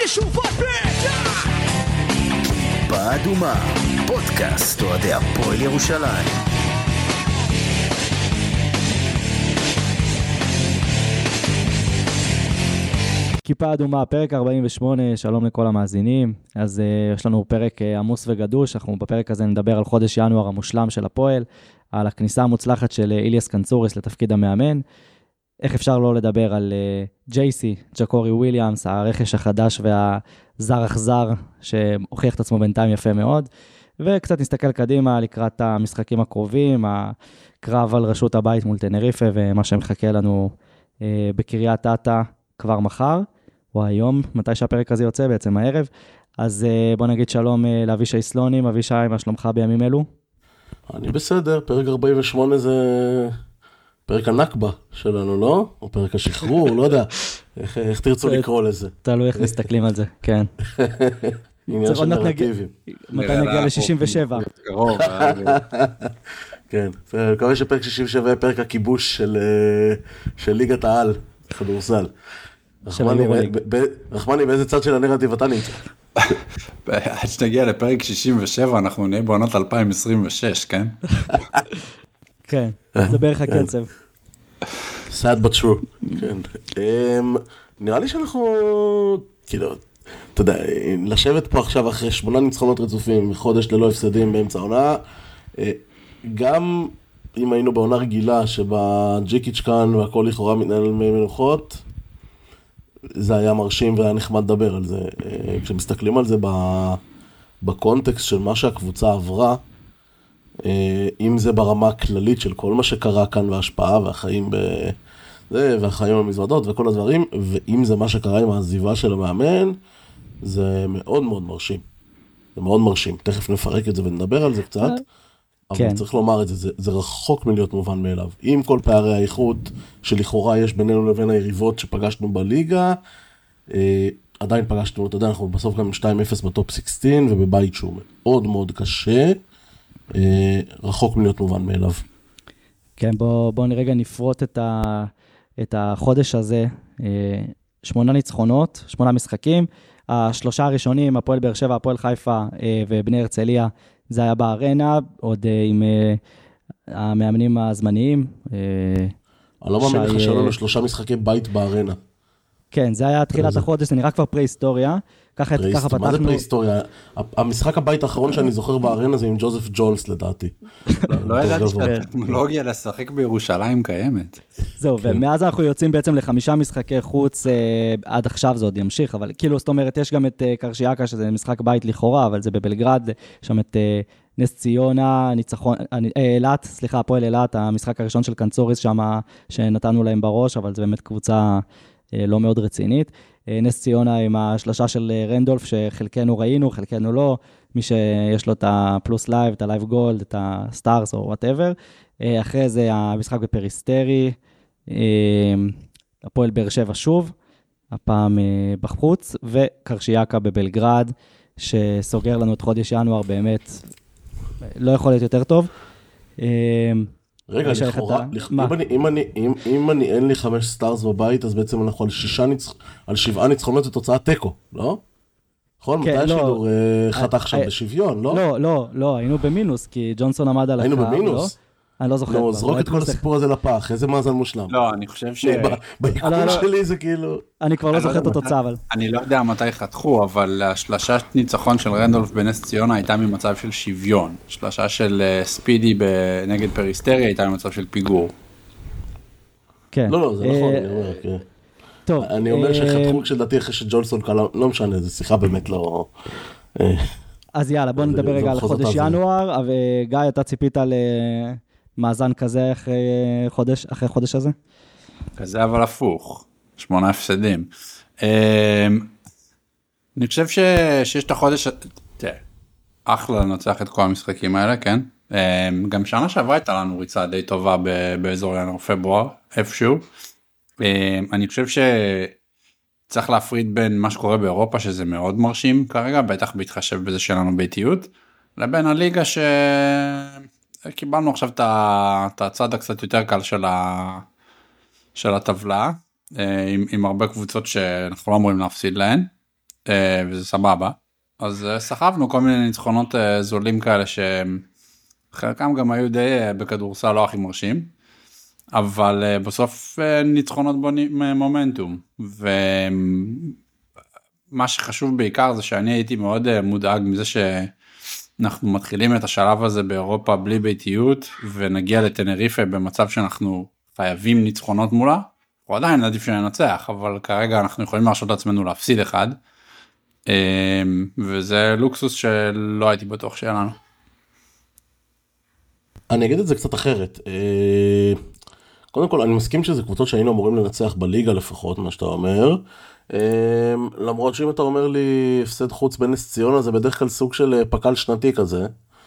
ושוב כיפה אדומה, פודקאסט אוהדי הפועל ירושלים. כיפה אדומה, פרק 48, שלום לכל המאזינים. אז יש לנו פרק עמוס וגדוש, אנחנו בפרק הזה נדבר על חודש ינואר המושלם של הפועל, על הכניסה המוצלחת של איליאס קנצוריס לתפקיד המאמן, איך אפשר לא לדבר על ג'ייסי, ג'קורי וויליאמס, הרכש החדש והזר אכזר, שהוכיח את עצמו בינתיים יפה מאוד, וקצת נסתכל קדימה לקראת המשחקים הקרובים, הקרב על רשות הבית מול טנריפה, ומה שמחכה לנו בקריית אתא כבר מחר, או היום, מתי שהפרק הזה יוצא, בעצם הערב. אז בוא נגיד שלום לאבישי סלונים. אבישי, מה שלומך בימים אלו? אני בסדר, פרק 48 זה פרק הנקבה שלנו, לא? או פרק השחרור, לא יודע. איך תרצו לקרוא לזה? תלוי איך מסתכלים על זה, כן. עניין של נרטיבים. מתי נגיע ל-67? כן, אני מקווה שפרק 67 יהיה פרק הכיבוש של ליגת העל, כדורסל. רחמני, באיזה צד של הנרטיב אתה נמצא? עד שתגיע לפרק 67, אנחנו נהיה בעונת 2026, כן? כן, זה בערך הקצב. sad but true. נראה לי שאנחנו, כאילו, אתה יודע, לשבת פה עכשיו אחרי 8 ניצחונות רצופים, חודש ללא הפסדים באמצע העונה, גם אם היינו בעונה רגילה שבה ג'יקיץ' כאן והכל לכאורה מתנהל מנוחות, זה היה מרשים והיה נחמד לדבר על זה. כשמסתכלים על זה בקונטקסט של מה שהקבוצה עברה, אם זה ברמה הכללית של כל מה שקרה כאן וההשפעה והחיים והחיים המזוודות וכל הדברים, ואם זה מה שקרה עם העזיבה של המאמן, זה מאוד מאוד מרשים. זה מאוד מרשים. תכף נפרק את זה ונדבר על זה קצת. אבל צריך לומר את זה, זה רחוק מלהיות מובן מאליו. עם כל פערי האיכות שלכאורה יש בינינו לבין היריבות שפגשנו בליגה, עדיין פגשנו, אתה יודע, אנחנו בסוף גם 2-0 בטופ 16, ובבית שהוא מאוד מאוד קשה, רחוק מלהיות מובן מאליו. כן, בואו רגע נפרוט את החודש הזה, 8 ניצחונות, 8 משחקים, השלושה הראשונים, הפועל באר שבע, הפועל חיפה ובני הרצליה, זה היה בארנה, עוד עם המאמנים הזמניים. אני לא מאמין לך שלא לשלושה משחקי בית בארנה. כן, זה היה תחילת החודש, זה נראה כבר פרה-היסטוריה. ככה פתחנו. מה זה פרה-היסטוריה? המשחק הבית האחרון שאני זוכר בארנה זה עם ג'וזף ג'ונס לדעתי. לא ידעתי שהטכנולוגיה לשחק בירושלים קיימת. זהו, ומאז אנחנו יוצאים בעצם ל5 משחקי חוץ, עד עכשיו זה עוד ימשיך, אבל כאילו, זאת אומרת, יש גם את קרשיאקה, שזה משחק בית לכאורה, אבל זה בבלגרד, שם את נס ציונה, ניצחון, אילת, סליחה, הפועל אילת, המשחק הראשון של קנצוריס שם, שנתנו להם בראש, אבל זה באמת קבוצה לא מאוד רצינית. נס ציונה עם השלושה של רנדולף, שחלקנו ראינו, חלקנו לא, מי שיש לו את הפלוס לייב, את הלייב גולד, את הסטארס או whatever. אחרי זה המשחק בפריסטרי, הפועל באר שבע שוב, הפעם בחוץ, וקרשיאקה בבלגרד, שסוגר לנו את חודש ינואר באמת, לא יכול להיות יותר טוב. רגע, אם אני אין לי 5 סטארס בבית, אז בעצם אנחנו על 7 ניצחונות זה תוצאת טקו, לא? נכון? מתי השידור חתך שם בשוויון, לא? לא, היינו במינוס, כי ג'ונסון עמד על הקו. היינו במינוס? אני לא זוכר. לא, זרוק את כל הסיפור הזה לפח, איזה מאזן מושלם. לא, אני חושב בעיקרון שלי זה כאילו... אני כבר לא זוכר את התוצאה, אבל... אני לא יודע מתי חתכו, אבל השלשה ניצחון של רנדולף בנס ציונה הייתה ממצב של שוויון. שלשה של ספידי נגד פריסטריה הייתה ממצב של פיגור. כן. לא, זה נכון, אני אומר, כן. טוב. אני אומר שחתכו כשלדעתי אחרי שג'ונסון קלה, לא משנה, זו שיחה באמת לא... אז יאללה, בוא נדבר רגע על חודש ינואר, וגיא, אתה ציפית מאזן כזה אחרי חודש הזה? כזה אבל הפוך, 8 הפסדים. אני חושב שיש את החודש, תראה, אחלה לנצח את כל המשחקים האלה, כן? גם שנה שעברה הייתה לנו ריצה די טובה באזור ינואר-פברואר, איפשהו. אני חושב שצריך להפריד בין מה שקורה באירופה, שזה מאוד מרשים כרגע, בטח בהתחשב בזה שלנו ביתיות, לבין הליגה קיבלנו עכשיו את הצד הקצת יותר קל של הטבלה, עם הרבה קבוצות שאנחנו לא אמורים להפסיד להן, וזה סבבה. אז סחבנו כל מיני ניצחונות זולים כאלה שחלקם גם היו די בכדורסל לא הכי מרשים, אבל בסוף ניצחונות בונים מומנטום, ומה שחשוב בעיקר זה שאני הייתי מאוד מודאג מזה שאנחנו מתחילים את השלב הזה באירופה בלי ביתיות, ונגיע לטנריפה במצב שאנחנו חייבים ניצחונות מולה, הוא עדיין עדיף שננצח, אבל כרגע אנחנו יכולים להרשות לעצמנו להפסיד אחד, וזה לוקסוס שלא הייתי בטוח שיהיה לנו. אני אגיד את זה קצת אחרת. קודם כל, אני מסכים שזה קבוצות שהיינו אמורים לנצח בליגה לפחות, מה שאתה אומר. למרות שאם אתה אומר לי הפסד חוץ בנס ציונה, זה בדרך כלל סוג של פקל שנתי כזה.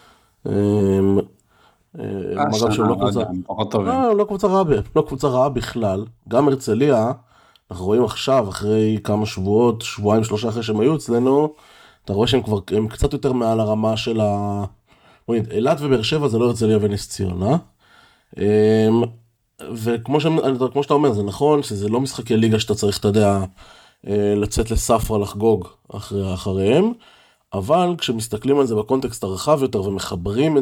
לא קבוצה רעה בכלל. גם הרצליה, אנחנו רואים עכשיו, אחרי כמה שבועות, שבועיים, שלושה אחרי שהם היו אצלנו, אתה רואה שהם קצת יותר מעל הרמה של אילת ובאר שבע זה לא הרצליה ונס ציונה. וכמו שאתה אומר, זה נכון שזה לא משחקי ליגה שאתה צריך, אתה יודע, לצאת לספרה לחגוג אחריהם, אבל כשמסתכלים על זה בקונטקסט הרחב יותר ומחברים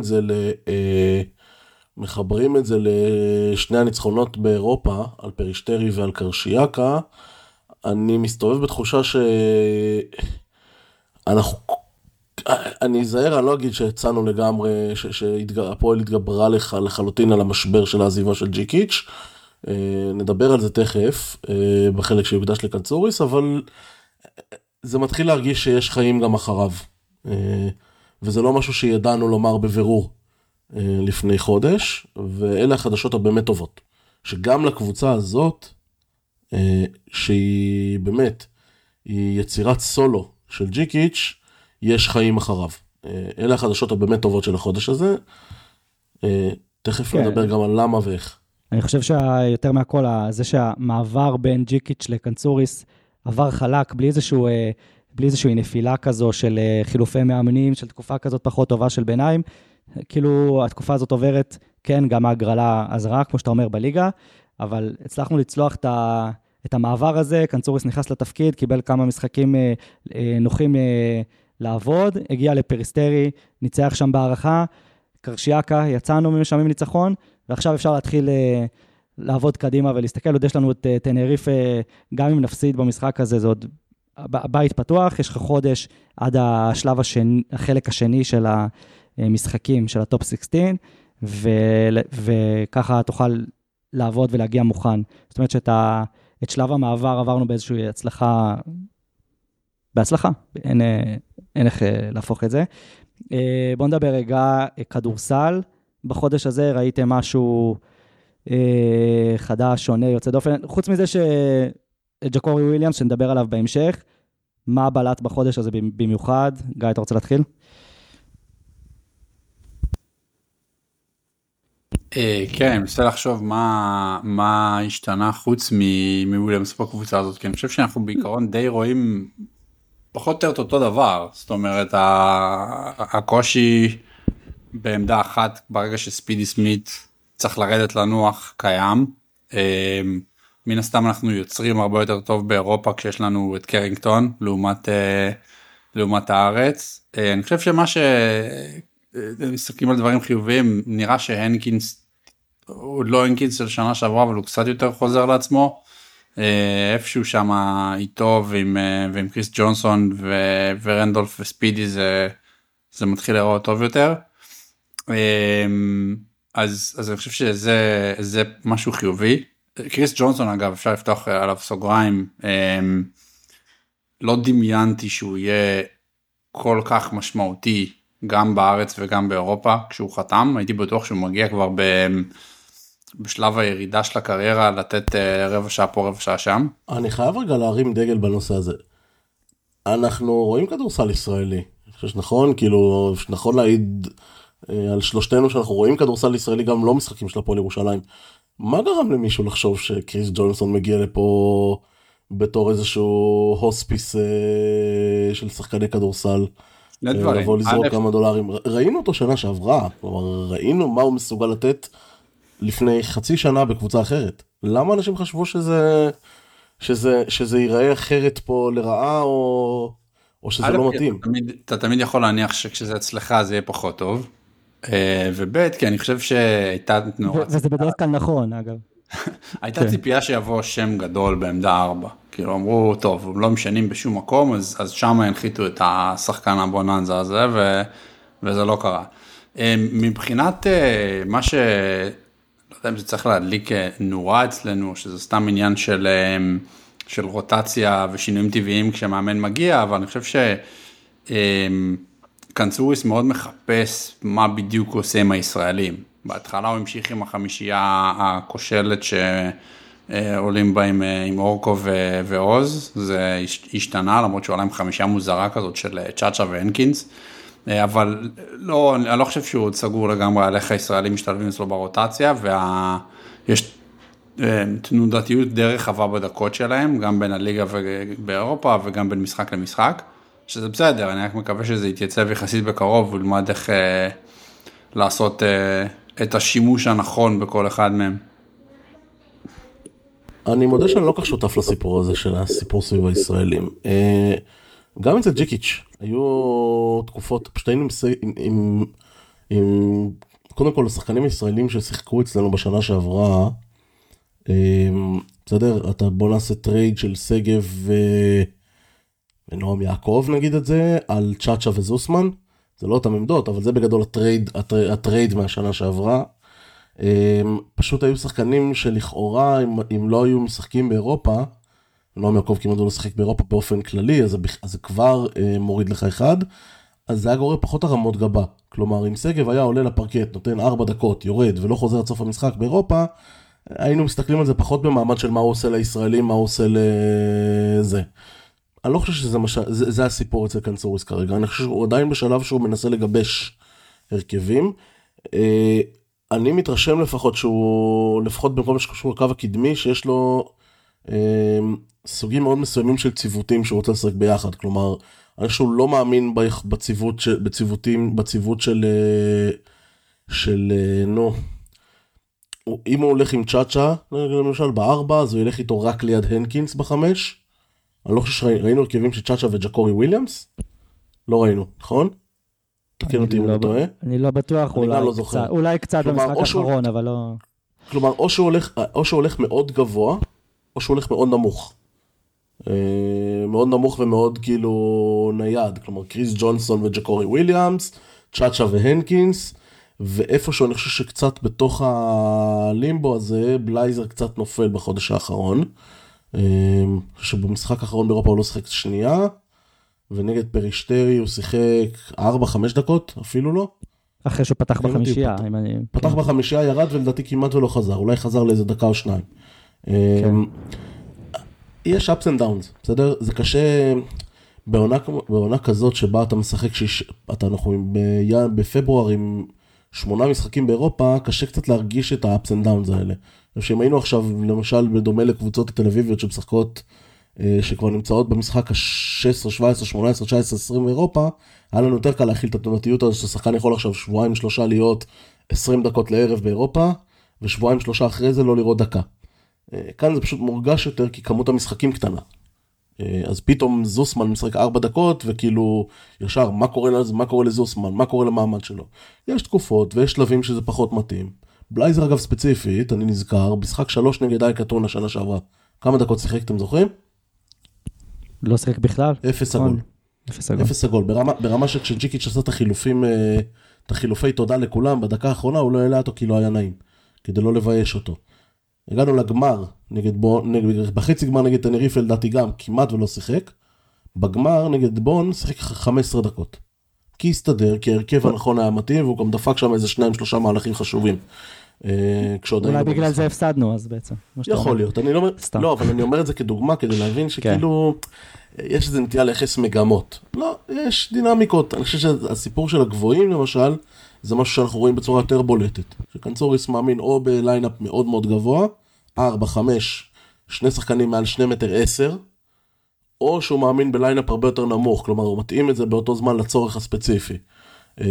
את זה לשני הניצחונות באירופה, על פרישטרי ועל קרשיאקה, אני מסתובב בתחושה אני אזהר, אני לא אגיד שהצענו לגמרי, שהפועל התגברה לחלוטין על המשבר של העזיבה של ג'יקיץ', נדבר על זה תכף, בחלק שיוקדש לקנצוריס, אבל זה מתחיל להרגיש שיש חיים גם אחריו, וזה לא משהו שידענו לומר בבירור לפני חודש, ואלה החדשות הבאמת טובות, שגם לקבוצה הזאת, שהיא באמת, היא יצירת סולו של ג'יקיץ', יש חיים אחריו. אלה החדשות הבאמת טובות של החודש הזה. תכף נדבר גם על למה ואיך. אני חושב שיותר מהכל, זה שהמעבר בין ג'יקיץ' לקנצוריס עבר חלק, בלי איזושהי נפילה כזו של חילופי מאמנים, של תקופה כזאת פחות טובה של ביניים. כאילו התקופה הזאת עוברת, כן, גם ההגרלה עזרה, כמו שאתה אומר, בליגה, אבל הצלחנו לצלוח את המעבר הזה, קנצוריס נכנס לתפקיד, קיבל כמה משחקים נוחים לעבוד, הגיע לפריסטרי, ניצח שם בערכה, קרשיאקה, יצאנו ממשמים ניצחון, ועכשיו אפשר להתחיל לעבוד קדימה ולהסתכל, עוד יש לנו את טנריף, גם אם נפסיד במשחק הזה, זה עוד בית פתוח, יש לך חודש עד השלב השני, החלק השני של המשחקים של הטופ 16, וככה תוכל לעבוד ולהגיע מוכן. זאת אומרת שאת שלב המעבר עברנו באיזושהי הצלחה, בהצלחה, אין איך להפוך את זה. בואו נדבר רגע כדורסל. בחודש הזה ראיתם משהו חדש, שונה, יוצא דופן. חוץ מזה שג'קורי וויליאמס, שנדבר עליו בהמשך, מה בלט בחודש הזה במיוחד? גיא, אתה רוצה להתחיל? כן, אני מנסה לחשוב מה השתנה חוץ מוויליאמס בקבוצה הזאת, כי אני חושב שאנחנו בעיקרון די רואים פחות או יותר אותו דבר, זאת אומרת, הקושי בעמדה אחת, ברגע שספידי סמית צריך לרדת לנוח, קיים. מן הסתם אנחנו יוצרים הרבה יותר טוב באירופה, כשיש לנו את קרינגטון, לעומת הארץ. אני חושב שמה מסתכלים על דברים חיוביים, נראה שהנקינס, הוא לא הנקינס של שנה שעברה, אבל הוא קצת יותר חוזר לעצמו, איפשהו שם איתו ועם קריס ג'ונסון ורנדולף וספידי, זה מתחיל לראות טוב יותר. אז אני חושב שזה משהו חיובי. קריס ג'ונסון אגב, אפשר לפתוח עליו סוגריים, לא דמיינתי שהוא יהיה כל כך משמעותי, גם בארץ וגם באירופה, כשהוא חתם, הייתי בטוח שהוא מגיע כבר בשלב הירידה של הקריירה, לתת רבע שעה פה, רבע שעה שם. אני חייב רגע להרים דגל בנושא הזה. אנחנו רואים כדורסל ישראלי, אני חושב שנכון, כאילו, נכון להעיד על שלושתנו שאנחנו רואים כדורסל ישראלי, גם לא משחקים של הפועל ירושלים. מה גרם למישהו לחשוב שקריס ג'ונסון מגיע לפה בתור איזשהו הוספיס של שחקני כדורסל? לבוא לזרוק כמה דולרים. ראינו אותו שנה שעברה, כלומר, ראינו מה הוא מסוגל לתת לפני חצי שנה בקבוצה אחרת. למה אנשים חשבו שזה ייראה אחרת פה לרעה, או או שזה לא מתאים. אתה תמיד יכול להניח שכשזה אצלך זה יהיה פחות טוב, וב' כי אני חושב שהייתה תנועה... וזה בדרך כלל נכון, אגב. הייתה ציפייה שיבוא שם גדול בעמדה 4, כאילו אמרו, טוב, הם לא משנים בשום מקום, אז שם הנחיתו את השחקן הבוננזה הזה, וזה לא קרה. מבחינת מה ש... לא יודע אם זה צריך להדליק נורה אצלנו, שזה סתם עניין של רוטציה ושינויים טבעיים כשמאמן מגיע, אבל אני חושב שקנצוריס מאוד מחפש מה בדיוק הוא עושה עם הישראלים. בהתחלה הוא המשיך עם החמישייה הכושלת שעולים בה עם אורקו ועוז, זה השתנה, למרות שהוא עלה עם חמישייה מוזרה כזאת של צ'אצ'ה והנקינס, אבל לא, אני לא חושב שהוא עוד סגור לגמרי על איך הישראלים משתלבים אצלו ברוטציה, ויש תנודתיות די רחבה בדקות שלהם, גם בין הליגה ובאירופה וגם בין משחק למשחק, שזה בסדר, אני רק מקווה שזה יתייצב יחסית בקרוב, ולמד איך לעשות את השימוש הנכון בכל אחד מהם. אני מודה שאני לא כך שותף לסיפור הזה של הסיפור סביב הישראלים. גם אצל ג'יקיץ' היו תקופות, פשוט היינו עם קודם כל השחקנים הישראלים ששיחקו אצלנו בשנה שעברה, בסדר, בוא נעשה טרייד של סגב ונועם יעקב נגיד את זה, על צ'אצ'ה וזוסמן, זה לא אותם עמדות, אבל זה בגדול הטרייד מהשנה שעברה. פשוט היו שחקנים שלכאורה, אם לא היו משחקים באירופה, נועם יעקב כמעט לא לשחק באירופה באופן כללי, אז זה כבר מוריד לך אחד, אז זה היה גורר פחות הרמות גבה. כלומר, אם סגב היה עולה לפרקט, נותן 4 דקות, יורד ולא חוזר עד סוף המשחק באירופה, היינו מסתכלים על זה פחות במעמד של מה הוא עושה לישראלים, מה הוא עושה לזה. אני לא חושב שזה הסיפור אצל קנצוריס כרגע, אני חושב שהוא עדיין בשלב שהוא מנסה לגבש הרכבים. אני מתרשם לפחות שהוא, לפחות במקום שקשור לקו הקדמי, שיש לו סוגים מאוד מסוימים של ציוותים שהוא רוצה לשחק ביחד. כלומר, אני חושב שהוא לא מאמין בציוות של אם הוא הולך עם צ'אצ'ה, למשל ב4, אז הוא ילך איתו רק ליד הנקינס ב5. אני לא חושב שראינו הרכבים של צ'אצ'ה וג'קורי וויליאמס? לא ראינו, נכון? תקן אותי אם אני טועה. אני לא בטוח, אולי קצת במשחק האחרון, אבל לא... כלומר, או שהוא הולך מאוד גבוה, או שהוא הולך מאוד נמוך. מאוד נמוך ומאוד כאילו נייד. כלומר, קריס ג'ונסון וג'קורי וויליאמס, צ'אצ'ה והנקינס, ואיפשהו אני חושב שקצת בתוך הלימבו הזה, בלייזר קצת נופל בחודש האחרון. שבמשחק האחרון באירופה הוא לא שיחק שנייה, ונגד פרישטרי הוא שיחק 4-5 דקות, אפילו לא. אחרי שהוא פתח בחמישייה. פתח בחמישייה, ירד ולדעתי כמעט ולא חזר, אולי חזר לאיזה דקה או שניים. יש ups and downs, בסדר? זה קשה בעונה כזאת שבה אתה משחק, אנחנו בפברואר עם 8 משחקים באירופה, קשה קצת להרגיש את ה-ups and downs האלה. שאם היינו עכשיו, למשל, בדומה לקבוצות התל אביביות שמשחקות, שכבר נמצאות במשחק ה-16, 17, 18, 19, 20 באירופה, היה לנו יותר קל להכיל את התנונתיות הזו, ששחקן יכול עכשיו 2-3 להיות 20 דקות לערב באירופה, ו2-3 אחרי זה לא לראות דקה. כאן זה פשוט מורגש יותר, כי כמות המשחקים קטנה. אז פתאום זוסמן משחק 4 דקות, וכאילו, ישר, מה קורה לזוסמן? מה קורה למעמד שלו? יש תקופות, ויש שלבים שזה פחות מתאים. בלייזר אגב ספציפית, אני נזכר, משחק 3 נגד אייקטון השנה שעברה. כמה דקות שיחק, אתם זוכרים? לא שיחק בכלל. 0 עגול. 0 עגול. ברמה שכשג'יקיץ' עשה את החילופי תודה לכולם, בדקה האחרונה הוא לא העלה אותו כי לא היה נעים, כדי לא לבייש אותו. הגענו לגמר, בחצי גמר נגד טנריפה לדעתי גם, כמעט ולא שיחק. בגמר נגד בון שיחק 15 דקות. כי הסתדר, כי הרכב הנכון היה מתאים, והוא גם דפק שם איזה 2-3 מהלכים חשובים. אולי בגלל זה הפסדנו אז בעצם. יכול להיות, לא, אבל אני אומר את זה כדוגמה, כדי להבין שכאילו, יש איזה נטייה ליחס מגמות. לא, יש דינמיקות. אני חושב שהסיפור של הגבוהים למשל, זה משהו שאנחנו רואים בצורה יותר בולטת. שקנצוריס מאמין או בליינאפ מאוד מאוד גבוה, 4, 5, 2 שחקנים מעל 2 מטר 10, או שהוא מאמין בליינאפ הרבה יותר נמוך, כלומר הוא מתאים את זה באותו זמן לצורך הספציפי.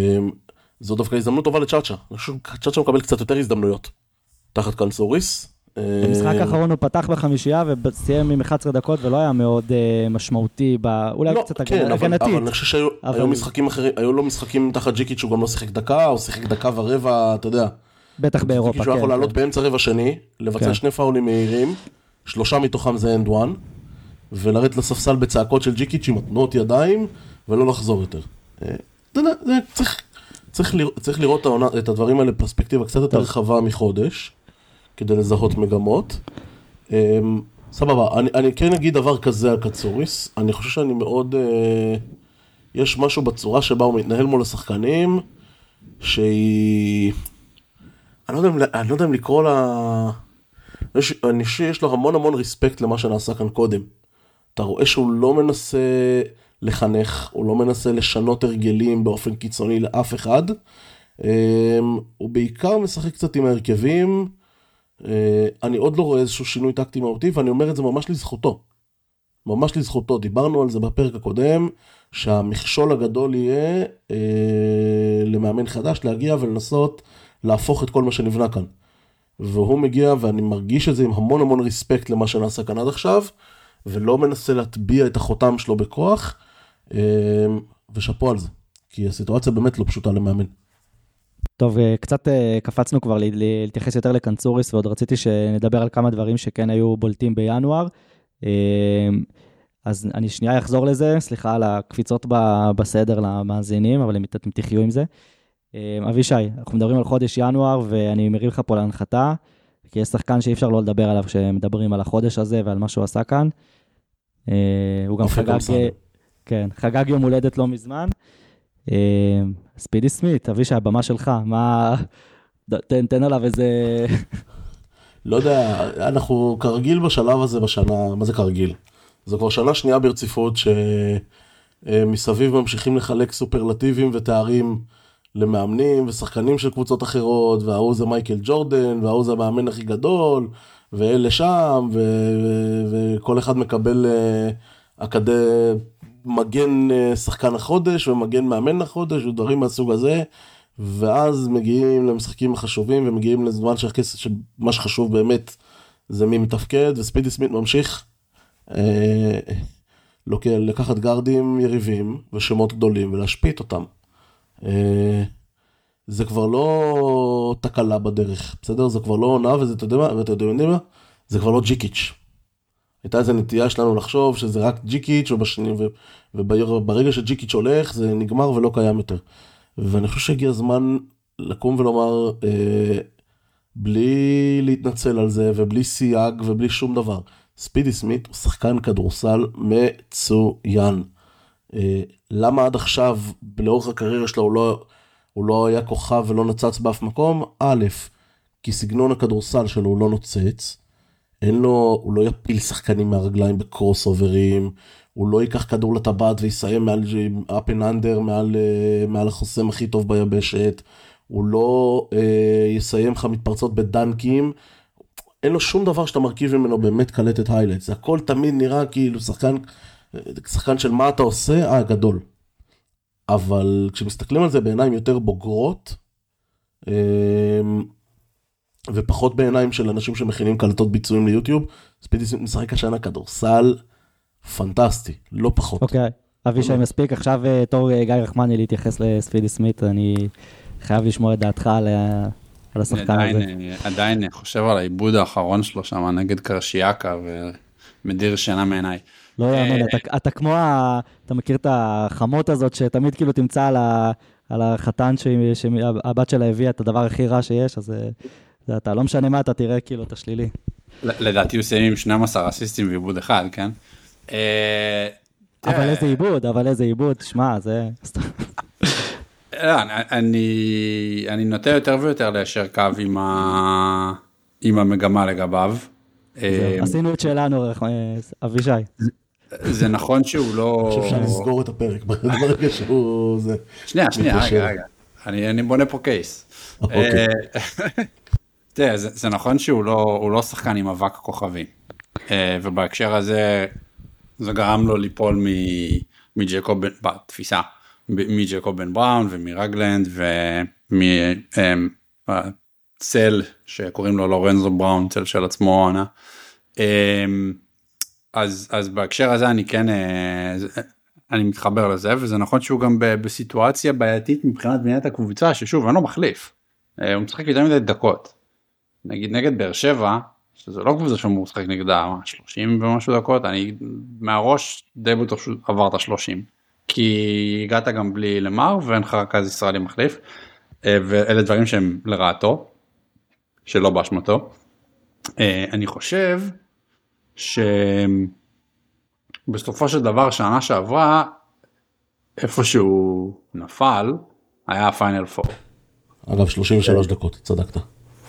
זו דווקא הזדמנות טובה לצ'אצ'ה. אני חושב שצ'אצ'ה מקבל קצת יותר הזדמנויות תחת קנצוריס, במשחק האחרון הוא פתח בחמישייה וסיים עם 11 דקות ולא היה מאוד משמעותי, אולי קצת הגנתית. אבל אני חושב שהיו משחקים אחרים, היו לו משחקים תחת ג'יקיץ' שהוא גם לא שיחק דקה, או שיחק דקה ורבע, אתה יודע. בטח באירופה, כן. שהוא יכול לעלות באמצע רבע שני, לבצע 2 פאולים מהירים, 3 מתוכם זה end one, ולרדת לספסל בצעקות של ג'יקיץ' עם תנועות ידיים, ולא לחזור יותר. אתה יודע, צריך לראות את הדברים האלה בפרספקטיבה קצת יותר רחבה מחודש, כדי לזהות מגמות. סבבה, אני כן אגיד דבר כזה על קצוריס, אני חושב שאני מאוד, יש משהו בצורה שבה הוא מתנהל מול השחקנים, שהיא, אני לא יודע אם לקרוא לה, אני חושב שיש לו המון ריספקט למה שנעשה כאן קודם. אתה רואה שהוא לא מנסה לחנך, הוא לא מנסה לשנות הרגלים באופן קיצוני לאף אחד, הוא בעיקר משחק קצת עם ההרכבים, אני עוד לא רואה איזשהו שינוי טקטי מהותי, ואני אומר את זה ממש לזכותו. ממש לזכותו. דיברנו על זה בפרק הקודם, שהמכשול הגדול יהיה למאמן חדש, להגיע ולנסות להפוך את כל מה שנבנה כאן. והוא מגיע, ואני מרגיש את זה עם המון ריספקט למה שנעשה כאן עד עכשיו, ולא מנסה להטביע את החותם שלו בכוח, ושפו על זה. כי הסיטואציה באמת לא פשוטה למאמן. טוב, קצת קפצנו כבר להתייחס יותר לקנצוריס, ועוד רציתי שנדבר על כמה דברים שכן היו בולטים בינואר. אז אני שנייה אחזור לזה, סליחה על הקפיצות בסדר למאזינים, אבל אתם תחיו עם זה. אבישי, אנחנו מדברים על חודש ינואר, ואני מרים לך פה להנחתה, כי יש שחקן שאי אפשר לא לדבר עליו, שמדברים על החודש הזה ועל מה שהוא עשה כאן. הוא גם חגג יום הולדת לא מזמן. ספידי סמית, אבישי, הבמה שלך, תן עליו איזה... לא יודע, אנחנו כרגיל בשלב הזה בשנה, מה זה כרגיל? זו כבר שנה שנייה ברציפות שמסביב ממשיכים לחלק סופרלטיבים ותארים למאמנים ושחקנים של קבוצות אחרות, והוא זה מייקל ג'ורדן, והוא זה המאמן הכי גדול, ואלה שם, וכל אחד מקבל מגן שחקן החודש, ומגן מאמן החודש, ודברים מהסוג הזה, ואז מגיעים למשחקים החשובים, ומגיעים לזמן שמה שחשוב באמת זה מי מתפקד, וספידי סמית ממשיך לקחת גארדים יריבים, ושמות גדולים, ולהשפיט אותם. זה כבר לא תקלה בדרך, בסדר? זה כבר לא עונה, ואתה יודע מה? זה כבר לא ג'יקיץ'. הייתה איזו נטייה שלנו לחשוב שזה רק ג'יקיץ' וברגע שג'יקיץ' הולך זה נגמר ולא קיים יותר. ואני חושב שהגיע הזמן לקום ולומר, בלי להתנצל על זה ובלי סייג ובלי שום דבר, ספידי סמית הוא שחקן כדורסל מצוין. למה עד עכשיו לאורך הקריירה שלו הוא לא היה כוכב ולא נצץ באף מקום? א', כי סגנון הכדורסל שלו הוא לא נוצץ, הוא לא יפיל שחקנים מהרגליים בקרוס אוברים, הוא לא ייקח כדור לטבעת ויסיים מעל up and under, מעל החוסם הכי טוב ביבשת, הוא לא יסיים לך מתפרצות בדנקים, אין לו שום דבר שאתה מרכיב ממנו באמת קלטת היילייטס, זה הכל תמיד נראה כאילו שחקן של מה אתה עושה, גדול. אבל כשמסתכלים על זה בעיניים יותר בוגרות, ופחות בעיניים של אנשים שמכינים קלטות ביצועים ליוטיוב, ספידי סמית משחק השנה כדורסל פנטסטי, לא פחות. אוקיי, אבישי מספיק, עכשיו תור גיא רחמני להתייחס לספידי סמית, אני חייב לשמוע את דעתך על השחקן הזה. עדיין חושב על העיבוד האחרון שלו שם, נגד קרשיאקה, ומדיר שינה מעיניי. לא יאמן, אתה כמו, אתה מכיר את החמות הזאת, שתמיד כאילו תמצא על החתן שהבת שלה הביאה את הדבר הכי רע שיש, אז אתה לא משנה מה, אתה תראה כאילו את השלילי. לדעתי הוא סיים עם 12 אסיסטים ועיבוד אחד, כן? אבל איזה עיבוד, תשמע, זה... אני נוטה יותר ויותר ליישר קו עם המגמה לגביו. עשינו את שלנו, אבישי. זה נכון שהוא לא... אני חושב שנסגור את הפרק ברגע שהוא... שנייה, רגע. אני בונה פה קייס. תראה, זה נכון שהוא לא שחקן עם אבק כוכבים. ובהקשר הזה, זה גרם לו ליפול מג'קוב, בתפיסה, מג'קוב בן בראון ומרגלנד צל שקוראים לו לורנזו בראון, צל של עצמו עונה. אז בהקשר הזה אני מתחבר לזה, וזה נכון שהוא גם בסיטואציה בעייתית מבחינת בניית הקבוצה, ששוב, אין לו מחליף. הוא משחק יותר מדי דקות. נגיד נגד באר שבע, שזה לא קבוצה שהוא משחק נגדה, 30 ומשהו דקות, אני מהראש די בטוח עברת 30. כי הגעת גם בלי למר, ואין לך רכז ישראלי מחליף, ואלה דברים שהם לרעתו, שלא באשמתו. אני חושב שבסופו של דבר שנה שעברה, איפה שהוא נפל, היה הפיינל 4. אגב, 33 דקות, צדקת.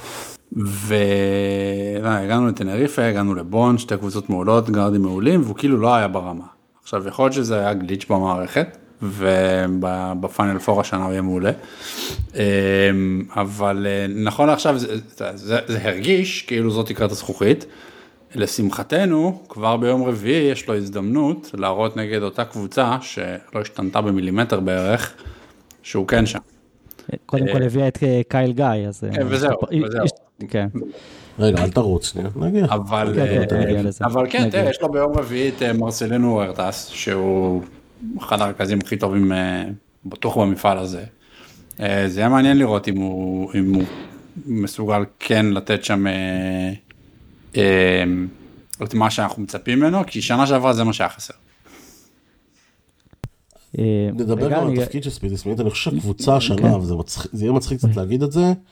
והגענו לטנריפה, הגענו לבון, שתי קבוצות מעולות, גרדים מעולים, והוא כאילו לא היה ברמה. עכשיו, יכול להיות שזה היה גליץ' במערכת, ובפיינל 4 השנה הוא יהיה מעולה. אבל נכון עכשיו, זה הרגיש כאילו זאת תקרת הזכוכית. לשמחתנו, כבר ביום רביעי יש לו הזדמנות להראות נגד אותה קבוצה, שלא השתנתה במילימטר בערך, שהוא כן שם. קודם כל הביאה את קייל גיא, אז... וזהו. כן. רגע, אל תרוץ, נגיע. אבל כן, תראה, יש לו ביום רביעי את מרסלנו ארטס, שהוא אחד הרכזים הכי טובים בטוח במפעל הזה. זה היה מעניין לראות אם הוא מסוגל כן לתת שם את מה שאנחנו מצפים ממנו, כי שנה שעברה זה מה שהיה חסר. נדבר גם על התפקיד של ספידי סמית, אני חושב שהקבוצה השנה, וזה יהיה מצחיק קצת להגיד את זה,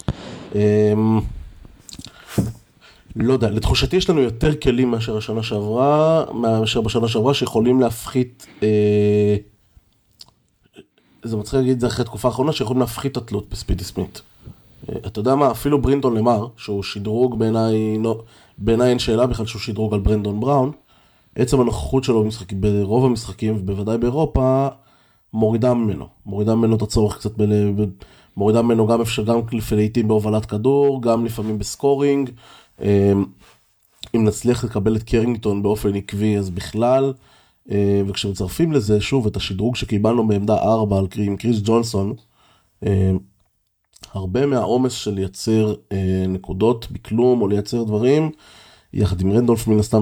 לא יודע, לתחושתי יש לנו יותר כלים מאשר בשנה שעברה, שיכולים להפחית, זה מצחיק להגיד את זה אחרי תקופה האחרונה, שיכולים להפחית את התלות בספידי סמית. אתה יודע מה, אפילו ברינדון למר, שהוא שדרוג בעיניי אין שאלה בכלל שהוא שדרוג על ברנדון בראון, עצם הנוכחות שלו ברוב המשחקים, ובוודאי באירופה, מורידה ממנו את הצורך קצת, מורידה ממנו גם לעתים בהובלת כדור, גם לפעמים בסקורינג, אם נצליח לקבל את קרינגטון באופן עקבי, אז בכלל, וכשמצרפים לזה, שוב, את השדרוג שקיבלנו בעמדה 4 עם קריס ג'ונסון, הרבה מהעומס של לייצר נקודות בכלום, או לייצר דברים, יחד עם רנדולף מן הסתם,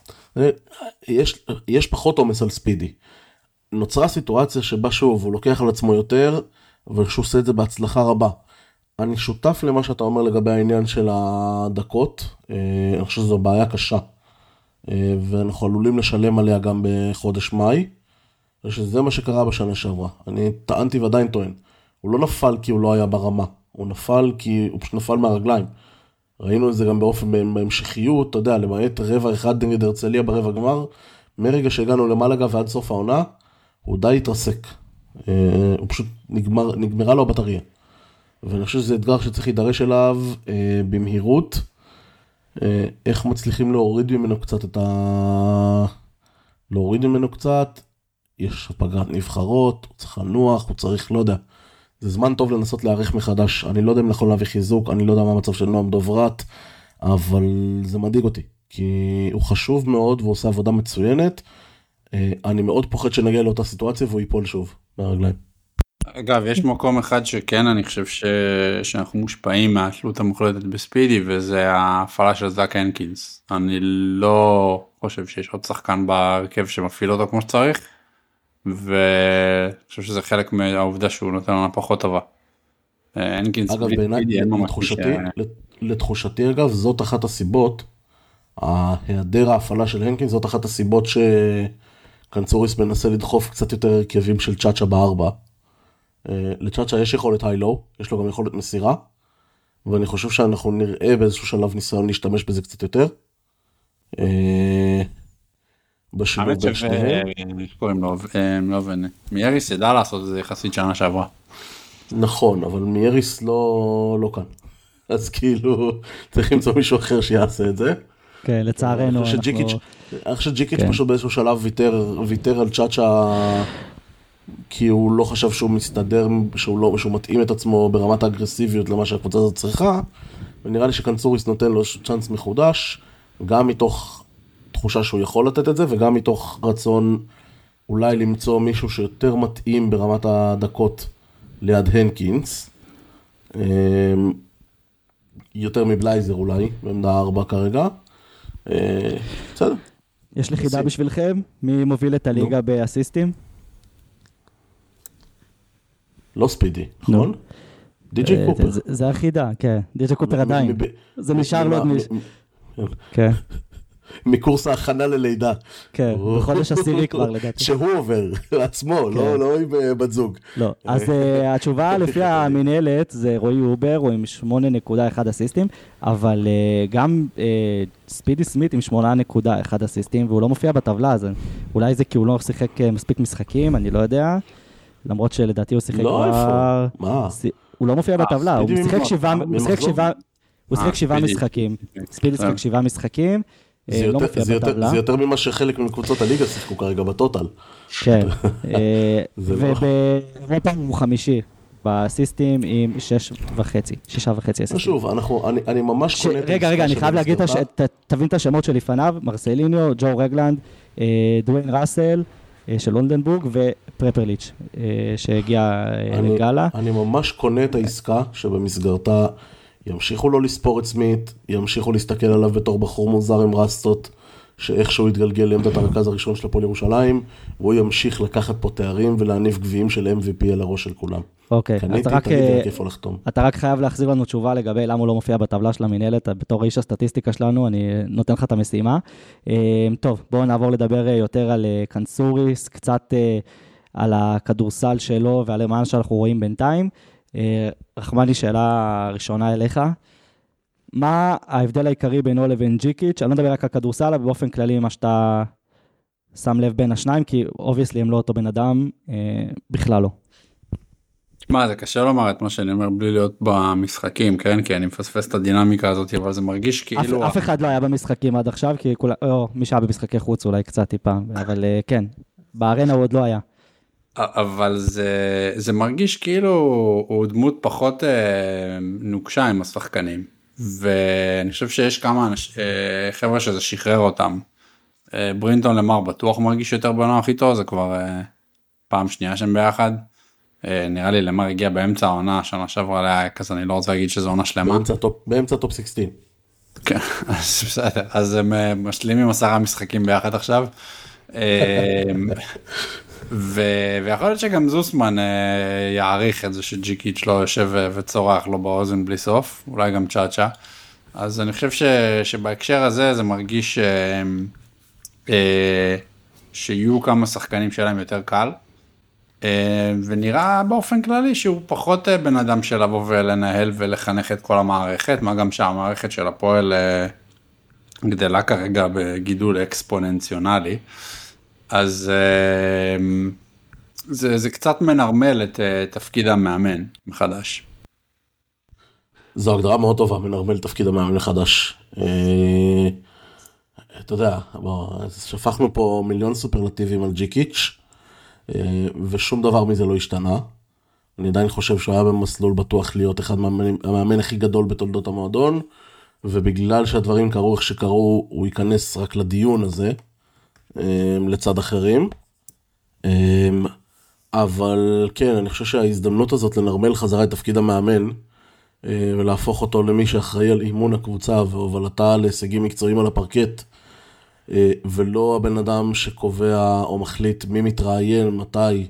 יש פחות עומס על ספידי. נוצרה סיטואציה שבה שוב, הוא לוקח על עצמו יותר, ושהוא עושה את זה בהצלחה רבה. אני שותף למה שאתה אומר לגבי העניין של הדקות, אני חושב שזו בעיה קשה, ואנחנו עלולים לשלם עליה גם בחודש מאי, שזה מה שקרה בשנה שעברה. אני טענתי ועדיין טוען, הוא לא נפל כי הוא לא היה ברמה, הוא נפל כי הוא פשוט נפל מהרגליים. ראינו את זה גם באופן בהמשכיות, אתה יודע, למעט רבע אחד נגד הרצליה ברבע גמר, מרגע שהגענו למלאגה ועד סוף העונה, הוא די התרסק. הוא פשוט נגמרה לו הבטריה. ואני חושב שזה אתגר שצריך להידרש אליו במהירות, איך מצליחים להוריד ממנו קצת, יש פגרת נבחרות, הוא צריך לנוח, הוא צריך, לא יודע, זה זמן טוב לנסות להעריך מחדש, אני לא יודע אם נכון להביא חיזוק, אני לא יודע מה המצב של נועם דוברת, אבל זה מדאיג אותי, כי הוא חשוב מאוד והוא עושה עבודה מצוינת, אני מאוד פוחד שנגיע לאותה סיטואציה והוא ייפול שוב מהרגליים. אגב, יש מקום אחד שכן, אני חושב שאנחנו מושפעים מהתלות המוחלטת בספידי, וזה ההפעלה של זאק הנקינס. אני לא חושב שיש עוד שחקן בהרכב שמפעיל אותו כמו שצריך, ואני חושב שזה חלק מהעובדה שהוא נותן לנו פחות טובה. הנקינס, אגב, לתחושתי, אגב, זאת אחת הסיבות, ההיעדר ההפעלה של הנקינס, זאת אחת הסיבות שקנצוריס מנסה לדחוף קצת יותר הרכבים של צ'אצ'ה בארבע. לצ'אצ'ה יש יכולת היי-לואו, יש לו גם יכולת מסירה, ואני חושב שאנחנו נראה באיזשהו שלב ניסיון להשתמש בזה קצת יותר. האמת שקוראים לו מייריס ידע לעשות את זה יחסית שנה שעברה. נכון, אבל מייריס לא כאן. אז כאילו צריך למצוא מישהו אחר שיעשה את זה. כן, לצערנו. אני חושב שג'יקיץ' פשוט באיזשהו שלב ויתר על צ'אצ'ה, כי הוא לא חשב שהוא מסתדר, שהוא מתאים את עצמו ברמת האגרסיביות למה שהקבוצה הזאת צריכה, ונראה לי שקנצוריס נותן לו צ'אנס מחודש, גם מתוך תחושה שהוא יכול לתת את זה, וגם מתוך רצון אולי למצוא מישהו שיותר מתאים ברמת הדקות ליד הנקינס. יותר מבלייזר אולי, בעמדה 4 כרגע. בסדר. יש לי חידה בשבילכם, מי מוביל את הליגה באסיסטים? לא ספידי, נכון? די.ג'יי קופר. זה החידה, כן. די.ג'יי קופר עדיין. זה נשאר לו עוד כן. מקורס ההכנה ללידה. כן, בחודש עשירי כבר לדעתי. שהוא עובר לעצמו, לא עם בת זוג. לא, אז התשובה לפי המנהלת זה רועי אובר, הוא עם 8.1 אסיסטים, אבל גם ספידי סמית עם 8.1 אסיסטים, והוא לא מופיע בטבלה, אז אולי זה כי הוא לא שיחק מספיק משחקים, אני לא יודע, למרות שלדעתי הוא שיחק כבר... מה? הוא לא מופיע בטבלה, הוא שיחק 7 משחקים. ספידי שיחק 7 משחקים, לא מופיע בטבלה. זה יותר ממה שחלק מקבוצות הליגה שיחקו כרגע בטוטל. כן, ובאירופה הוא חמישי, באסיסטים עם 6.5 אסיסטים. שוב, אני ממש קונה... רגע, אני חייב להגיד, תבין את השמות שלפניו, מרסליניו, ג'ו רגלנד, דוויין ראסל, של אולדנבורג ופרפרליץ' שהגיע לגאלה. אני ממש קונה את העסקה שבמסגרתה ימשיכו לו לספור את סמית, ימשיכו להסתכל עליו בתור בחור מוזר עם רסטות, שאיכשהו יתגלגל לעמדת הרכז הראשון של הפועל ירושלים, והוא ימשיך לקחת פה תארים ולהניף גביעים של MVP על הראש של כולם. אוקיי, אתה רק חייב להחזיר לנו תשובה לגבי למה הוא לא מופיע בטבלה של המנהלת, בתור איש הסטטיסטיקה שלנו, אני נותן לך את המשימה. טוב, בואו נעבור לדבר יותר על קנסוריס, קצת על הכדורסל שלו ועל מה שאנחנו רואים בינתיים. רחמני, שאלה ראשונה אליך. מה ההבדל העיקרי בינו לבין ג'יקיץ'? אני לא מדבר רק על כדורסל, אבל באופן כללי מה שאתה שם לב בין השניים, כי obviously הם לא אותו בן אדם, בכלל לא. מה, זה קשה לומר את מה שאני אומר בלי להיות במשחקים, כן? כי אני מפספס את הדינמיקה הזאת, אבל זה מרגיש כאילו... אף אחד לא היה במשחקים עד עכשיו, כי מי שהיה במשחקי חוץ אולי קצת טיפה, אבל כן, בארנה הוא עוד לא היה. אבל זה מרגיש כאילו הוא דמות פחות נוקשה עם השחקנים, ואני חושב שיש כמה חבר'ה שזה שחרר אותם. ברינטון למר בטוח מרגיש יותר בנוח איתו, זה כבר פעם שנייה שהם ביחד. נראה לי למר הגיע באמצע העונה, שנה שעברה עליה כזה, אני לא רוצה להגיד שזו עונה שלמה. באמצע טופ 16. כן, אז בסדר, אז הם משלימים 10 משחקים ביחד עכשיו. ויכול להיות שגם זוסמן יעריך את זה שג'יקיץ' לא יושב וצורח לו באוזן בלי סוף, אולי גם צ'אצ'ה. אז אני חושב שבהקשר הזה זה מרגיש שיהיו כמה שחקנים שלהם יותר קל, ונראה באופן כללי שהוא פחות בן אדם של לבוא ולנהל ולחנך את כל המערכת, מה גם שהמערכת של הפועל גדלה כרגע בגידול אקספוננציונלי. אז זה קצת מנרמל את תפקיד המאמן מחדש. זו הגדרה מאוד טובה, מנרמל תפקיד המאמן מחדש. אתה יודע, שפכנו פה מיליון סופרלטיבים על ג'יקיץ', ושום דבר מזה לא השתנה. אני עדיין חושב שהוא היה במסלול בטוח להיות אחד המאמן הכי גדול בתולדות המועדון, ובגלל שהדברים קרו איך שקרו, הוא ייכנס רק לדיון הזה, לצד אחרים. אבל כן, אני חושב שההזדמנות הזאת לנרמל חזרה את תפקיד המאמן, ולהפוך אותו למי שאחראי על אימון הקבוצה והובלתה להישגים מקצועיים על הפרקט, ולא הבן אדם שקובע או מחליט מי מתראיין, מתי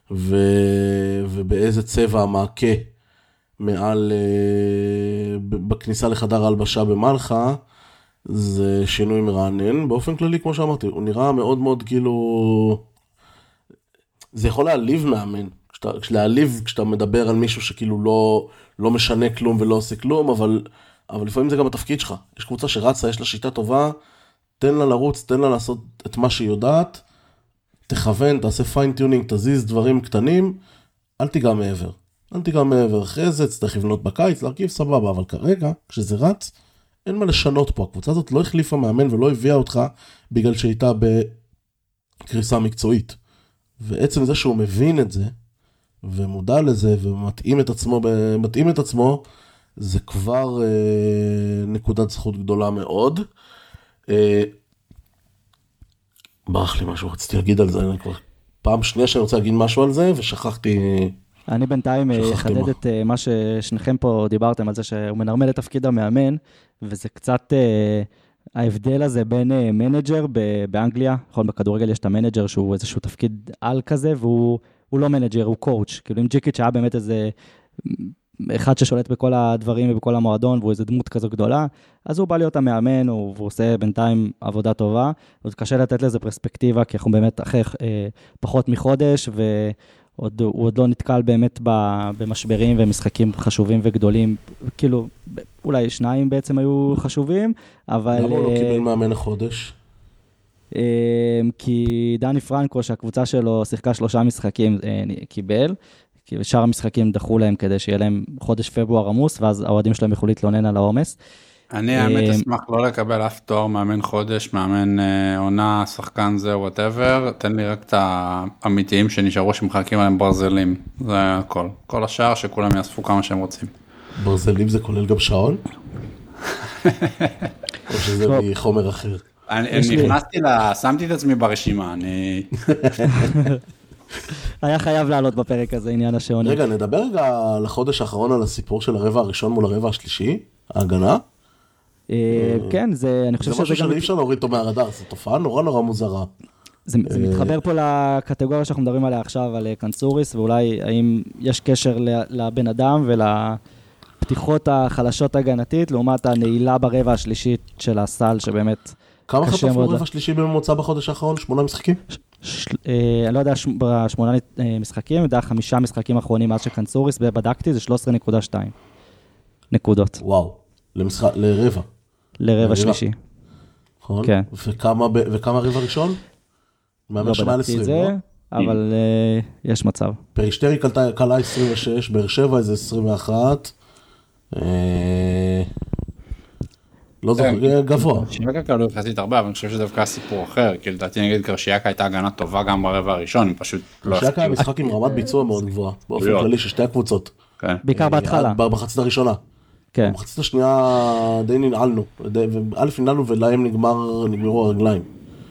ובאיזה צבע המעקה מעל בכניסה לחדר ההלבשה במלחה, זה שינוי מרענן. באופן כללי, כמו שאמרתי, הוא נראה מאוד מאוד כאילו... זה יכול להעליב מאמן, כשאתה מדבר על מישהו שכאילו לא משנה כלום ולא עושה כלום, אבל לפעמים זה גם התפקיד שלך. יש קבוצה שרצה, יש לה שיטה טובה, תן לה לרוץ, תן לה לעשות את מה שהיא יודעת, תכוון, תעשה פיינטיונינג, תזיז דברים קטנים, אל תיגע מעבר. אל תיגע מעבר. אחרי זה צריך לבנות בקיץ, להרכיב סבבה, אבל כרגע, כשזה רץ, אין מה לשנות פה. הקבוצה הזאת לא החליפה מאמן ולא הביאה אותך בגלל שהייתה בקריסה מקצועית. ועצם זה שהוא מבין את זה, ומודע לזה, ומתאים את עצמו, זה כבר נקודת זכות גדולה מאוד. ברח לי משהו, רציתי להגיד על זה, אני כבר פעם שנייה שאני רוצה להגיד משהו על זה, ושכחתי אני בינתיים אחדד את מה ששניכם פה דיברתם על זה, שהוא מנרמל את תפקיד המאמן, וזה קצת ההבדל הזה בין מנג'ר באנגליה, נכון, בכדורגל יש את המנג'ר שהוא איזשהו תפקיד על כזה, והוא לא מנג'ר, הוא קואוץ', כאילו אם ג'יקיץ' היה באמת איזה אחד ששולט בכל הדברים ובכל המועדון, והוא איזה דמות כזו גדולה, אז הוא בא להיות המאמן, והוא עושה בינתיים עבודה טובה, עוד קשה לתת לזה פרספקטיבה, כי אנחנו באמת אחרי פחות מחודש, הוא עוד לא נתקל באמת במשברים ומשחקים חשובים וגדולים, כאילו אולי שניים בעצם היו חשובים, אבל... למה הוא לא קיבל מאמן החודש? כי דני פרנקו, שהקבוצה שלו שיחקה 3 משחקים, קיבל, כי שאר המשחקים דחו להם כדי שיהיה להם חודש פברואר עמוס, ואז האוהדים שלהם יכולו להתלונן על העומס. אני האמת אשמח לא לקבל אף תואר, מאמן חודש, מאמן עונה, שחקן זה, whatever, תן לי רק את האמיתיים שנשארו שמחלקים עליהם ברזלים, זה הכל. כל השאר שכולם יאספו כמה שהם רוצים. ברזלים זה כולל גם שעון? או שזה מחומר אחר? אני נכנסתי שמתי את עצמי ברשימה, אני... היה חייב לעלות בפרק הזה, עניין השעונים. רגע, נדבר רגע לחודש האחרון על הסיפור של הרבע הראשון מול הרבע השלישי, ההגנה. כן, אני חושב שזה גם... זה משהו שאי אפשר להוריד אותו מהרדאר, זו תופעה נורא נורא מוזרה. זה מתחבר פה לקטגוריה שאנחנו מדברים עליה עכשיו, על קנצוריס, ואולי האם יש קשר לבן אדם ולפתיחות החלשות הגנתית, לעומת הנעילה ברבע השלישית של הסל, שבאמת... כמה חטפנו רבע שלישי בממוצע בחודש האחרון? 8 משחקים? אני לא יודע, 8 משחקים, יודע 5 משחקים אחרונים מאז שקנצוריס, ובדקתי, זה 13.2 נקודות. וואו, לרבע. לרבע שלישי. נכון? כן. וכמה רבע ראשון? לא בדקתי את זה, אבל יש מצב. פרישטרי קלה 26, באר שבע איזה 21. לא זוכר, גבוה. קרשיאקה לא יחסית הרבה, אבל אני חושב שזה דווקא סיפור אחר, כי לדעתי נגיד קרשיאקה הייתה הגנה טובה גם ברבע הראשון, הם פשוט לא... קרשיאקה היה משחק עם רמת ביצוע מאוד גבוהה, באופן כללי של שתי הקבוצות. בעיקר בהתחלה. במחצית הראשונה. במחצית השנייה די ננעלנו, א' ננעלנו ולהם נגמרו הרגליים.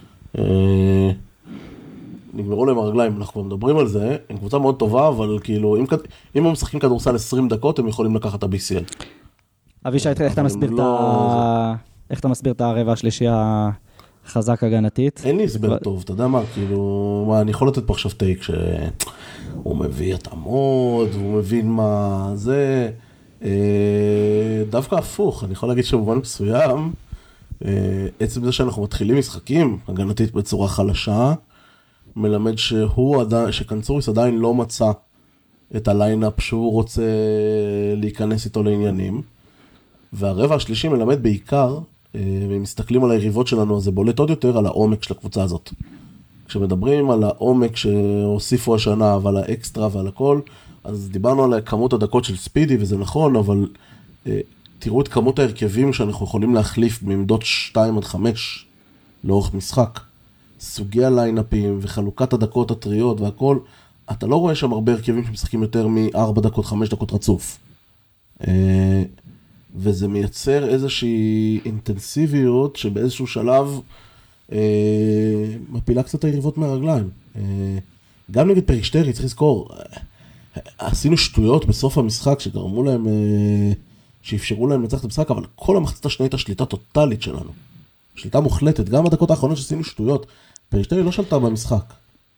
נגמרו להם הרגליים, אנחנו כבר מדברים על זה, הם קבוצה מאוד טובה, אבל כאילו, אם הם משחקים כדורסל 20 דקות, הם יכולים לקחת את ה-BCL. אבישי, איך אתה מסביר את הרבע השלישי החזק הגנתית? אין לי הסבר טוב, אתה יודע מה, כאילו, אני יכול לתת פה עכשיו טייק שהוא מביא התאמות, והוא מבין מה זה, דווקא הפוך, אני יכול להגיד שבמובן מסוים, עצם זה שאנחנו מתחילים משחקים הגנתית בצורה חלשה, מלמד שקנצוריס עדיין לא מצא את הליינאפ שהוא רוצה להיכנס איתו לעניינים, והרבע השלישי מלמד בעיקר, ואם מסתכלים על היריבות שלנו, אז זה בולט עוד יותר על העומק של הקבוצה הזאת. כשמדברים על העומק שהוסיפו השנה, ועל האקסטרה ועל הכל, אז דיברנו על כמות הדקות של ספידי, וזה נכון, אבל תראו את כמות ההרכבים שאנחנו יכולים להחליף בעמדות 2-5 לאורך משחק. סוגי הליינאפים וחלוקת הדקות הטריות והכל, אתה לא רואה שם הרבה הרכבים שמשחקים יותר מ-4 דקות, 5 דקות רצוף. וזה מייצר איזושהי אינטנסיביות שבאיזשהו שלב מפילה קצת היריבות מהרגליים. גם נגד פרישטרי, צריך לזכור, עשינו שטויות בסוף המשחק שגרמו להם, שאפשרו להם לנצח את המשחק, אבל כל המחצית השנייה הייתה שליטה טוטלית שלנו. שליטה מוחלטת, גם בדקות האחרונות שעשינו שטויות. פרישטרי לא שלטה במשחק.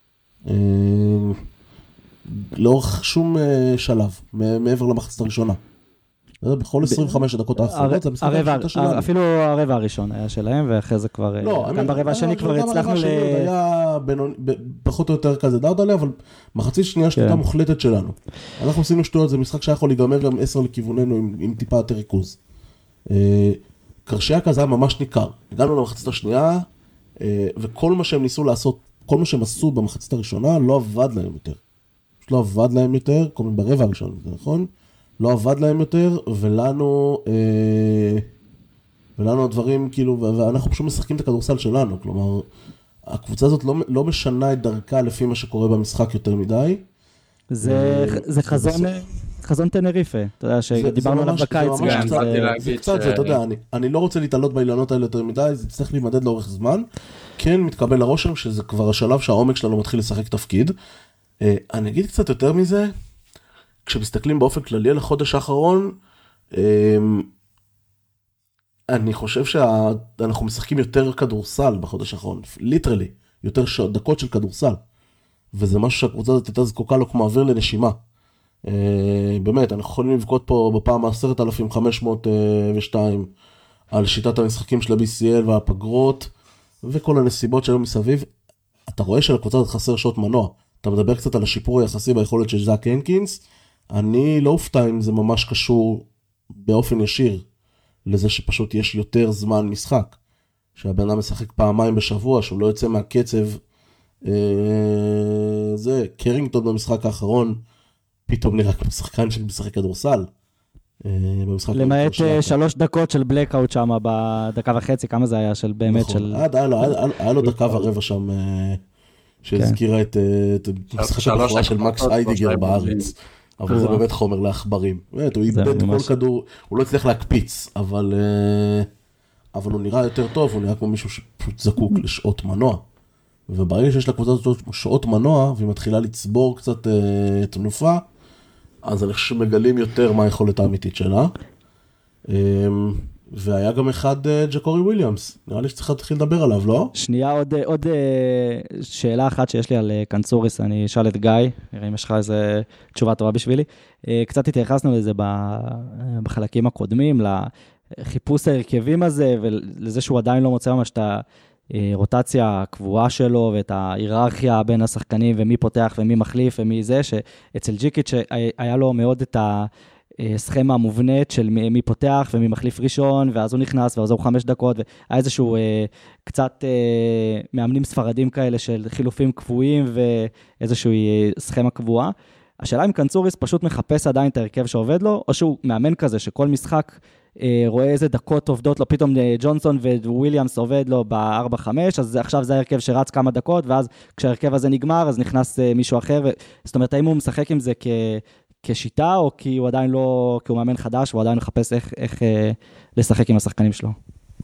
לאורך שום שלב, מעבר למחצית הראשונה. בכל 25 הדקות האחרונות, זה המשחק השליטה שלנו. אפילו הרבע הראשון היה שלהם, ואחרי זה כבר, גם ברבע השני כבר הצלחנו היה פחות או יותר כזה דרדלה, אבל מחצית שנייה שליטה מוחלטת שלנו. אנחנו עשינו שטויות, זה משחק שיכול להיגמר גם 10 לכיווננו עם טיפה יותר ריכוז. קרשיאקה זה היה ממש ניכר. הגענו למחצית השנייה, וכל מה שהם ניסו לעשות, כל מה שהם עשו במחצית הראשונה, לא עבד להם יותר. לא עבד להם יותר, כל מיני ברבע הראשון, זה נכון? לא עבד להם יותר, ולנו הדברים, כאילו, ואנחנו פשוט משחקים את הכדורסל שלנו, כלומר, הקבוצה הזאת לא משנה את דרכה לפי מה שקורה במשחק יותר מדי. זה חזון טנריפה, אתה יודע, שדיברנו עליו בקיץ. זה קצת, אתה יודע, אני לא רוצה להתעלות באילנות האלה יותר מדי, זה צריך להימדד לאורך זמן, כן מתקבל לרושם שזה כבר השלב שהעומק שלנו מתחיל לשחק תפקיד. אני אגיד קצת יותר מזה, כשמסתכלים באופן כללי על החודש האחרון, אני חושב שאנחנו משחקים יותר כדורסל בחודש האחרון, ליטרלי, יותר דקות של כדורסל, וזה משהו שהקבוצה הזאת יותר זקוקה לו כמו אוויר לנשימה. באמת, אנחנו יכולים לבכות פה בפעם 10,502 על שיטת המשחקים של ה-BCL והפגרות, וכל הנסיבות שהיו מסביב. אתה רואה שלקבוצה הזאת חסר שעות מנוע. אתה מדבר קצת על השיפור היחסי ביכולת של זאק הנקינס, אני לא אופתע אם זה ממש קשור באופן ישיר, לזה שפשוט יש יותר זמן משחק, שהבן אדם משחק פעמיים בשבוע, שהוא לא יוצא מהקצב, זה, קרינגטון במשחק האחרון, פתאום נראה כמו שחקן של משחק כדורסל. למעט 3 דקות של בלקאוט שם, בדקה וחצי, כמה זה היה של באמת של... היה לו דקה ורבע שם, שהזכירה את משחק הבחורה של מקס היידיגר בארץ. אבל זה באמת חומר לאחברים. באמת, הוא איבד כל כדור, הוא לא הצליח להקפיץ, אבל הוא נראה יותר טוב, הוא נראה כמו מישהו שפשוט זקוק לשעות מנוע. וברגע שיש לקבוצה הזאת שעות מנוע, והיא מתחילה לצבור קצת תנופה, אז אני חושב שמגלים יותר מה היכולת האמיתית שלה. והיה גם אחד ג'קורי וויליאמס, נראה לי שצריך להתחיל לדבר עליו, לא? שנייה, עוד שאלה אחת שיש לי על קנצוריס, אני אשאל את גיא, נראה אם יש לך איזו תשובה טובה בשבילי. קצת התייחסנו לזה בחלקים הקודמים, לחיפוש ההרכבים הזה, ולזה שהוא עדיין לא מוצא ממש את הרוטציה הקבועה שלו, ואת ההיררכיה בין השחקנים, ומי פותח ומי מחליף ומי זה, שאצל ג'יקיץ' היה לו מאוד את הסכמה המובנית של מי פותח ומי מחליף ראשון, ואז הוא נכנס ועזור 5 דקות, והיה איזשהו קצת מאמנים ספרדים כאלה של חילופים קבועים, ואיזשהו סכמה קבועה. השאלה אם קנצוריס פשוט מחפש עדיין את ההרכב שעובד לו, או שהוא מאמן כזה שכל משחק רואה איזה דקות עובדות לו, פתאום ג'ונסון וויליאמס עובד לו ב-4-5, אז עכשיו זה ההרכב שרץ כמה דקות, ואז כשההרכב הזה נגמר, אז נכנס מישהו אחר, זאת אומרת, האם הוא משחק עם זה כשיטה, או כי הוא עדיין לא, כי הוא מאמן חדש, הוא עדיין מחפש איך לשחק עם השחקנים שלו?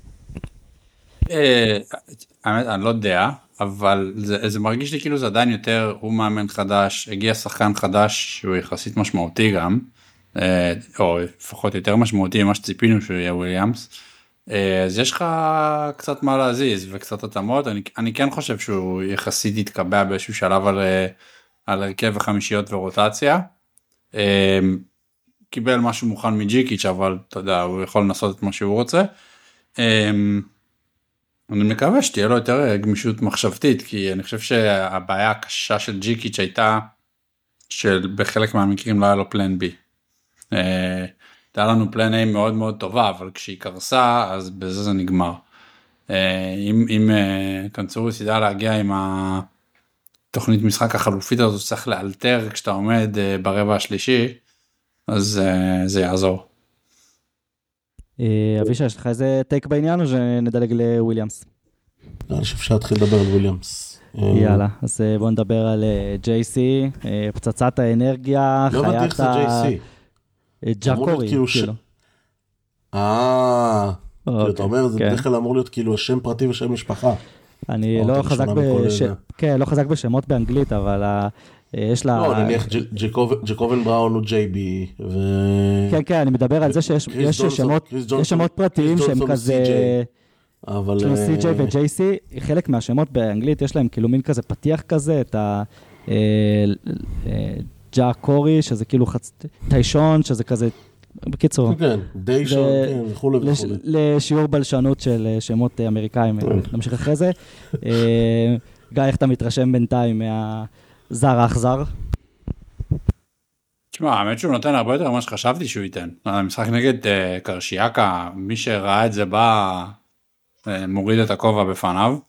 האמת, אני לא יודע, אבל זה מרגיש לי כאילו זה עדיין יותר, הוא מאמן חדש, הגיע שחקן חדש, שהוא יחסית משמעותי גם, או לפחות יותר משמעותי ממה שציפינו שהוא יהיה וויליאמס, אז יש לך קצת מה להזיז וקצת התאמות. אני כן חושב שהוא יחסית יתקבע באיזשהו שלב על הרכב וחמישיות ורוטציה, קיבל משהו מוכן מג'יקיץ', אבל אתה יודע, הוא יכול לנסות את מה שהוא רוצה. אני מקווה שתהיה לו יותר גמישות מחשבתית, כי אני חושב שהבעיה הקשה של ג'יקיץ' הייתה שבחלק מהמקרים לא היה לו פלן בי. הייתה לנו פלן A מאוד מאוד טובה, אבל כשהיא קרסה, אז בזה זה נגמר. אם קנצוריס ידע להגיע עם התוכנית משחק החלופית הזאת, צריך לאלתר כשאתה עומד ברבע השלישי, אז זה יעזור. אבישי, יש לך איזה טייק בעניין, או שנדלג לוויליאמס? אני חושב שאתחיל לדבר על וויליאמס. יאללה, אז בואו נדבר על ג'ייסי, פצצת האנרגיה, לא בטח זה ג'ייסי. ג'קורי, כאילו. אתה אומר, זה בדרך כלל אמור להיות כאילו השם פרטי ושם משפחה. אני לא חזק בשמות באנגלית, אבל יש לה... לא, נניח ג'קובן בראון הוא ג'יי-בי. כן, כן, אני מדבר על זה שיש שמות פרטיים שהם כזה... אבל... CJ ו-JC, חלק מהשמות באנגלית יש להם כאילו מין כזה פתיח כזה, את ג'ה קורי, שזה כאילו טיישון, שזה כזה... בקיצור. כן, דיישון, כן, וכו' וכו'. לשיעור בלשנות של שמות אמריקאים, נמשיך אחרי זה. גיא, איך אתה מתרשם בינתיים מהזר האחזר? תשמע, האמת שהוא נותן הרבה יותר ממה שחשבתי שהוא ייתן. המשחק נגד קרשיאקה, מי שראה את זה בא, מוריד את הכובע בפניו.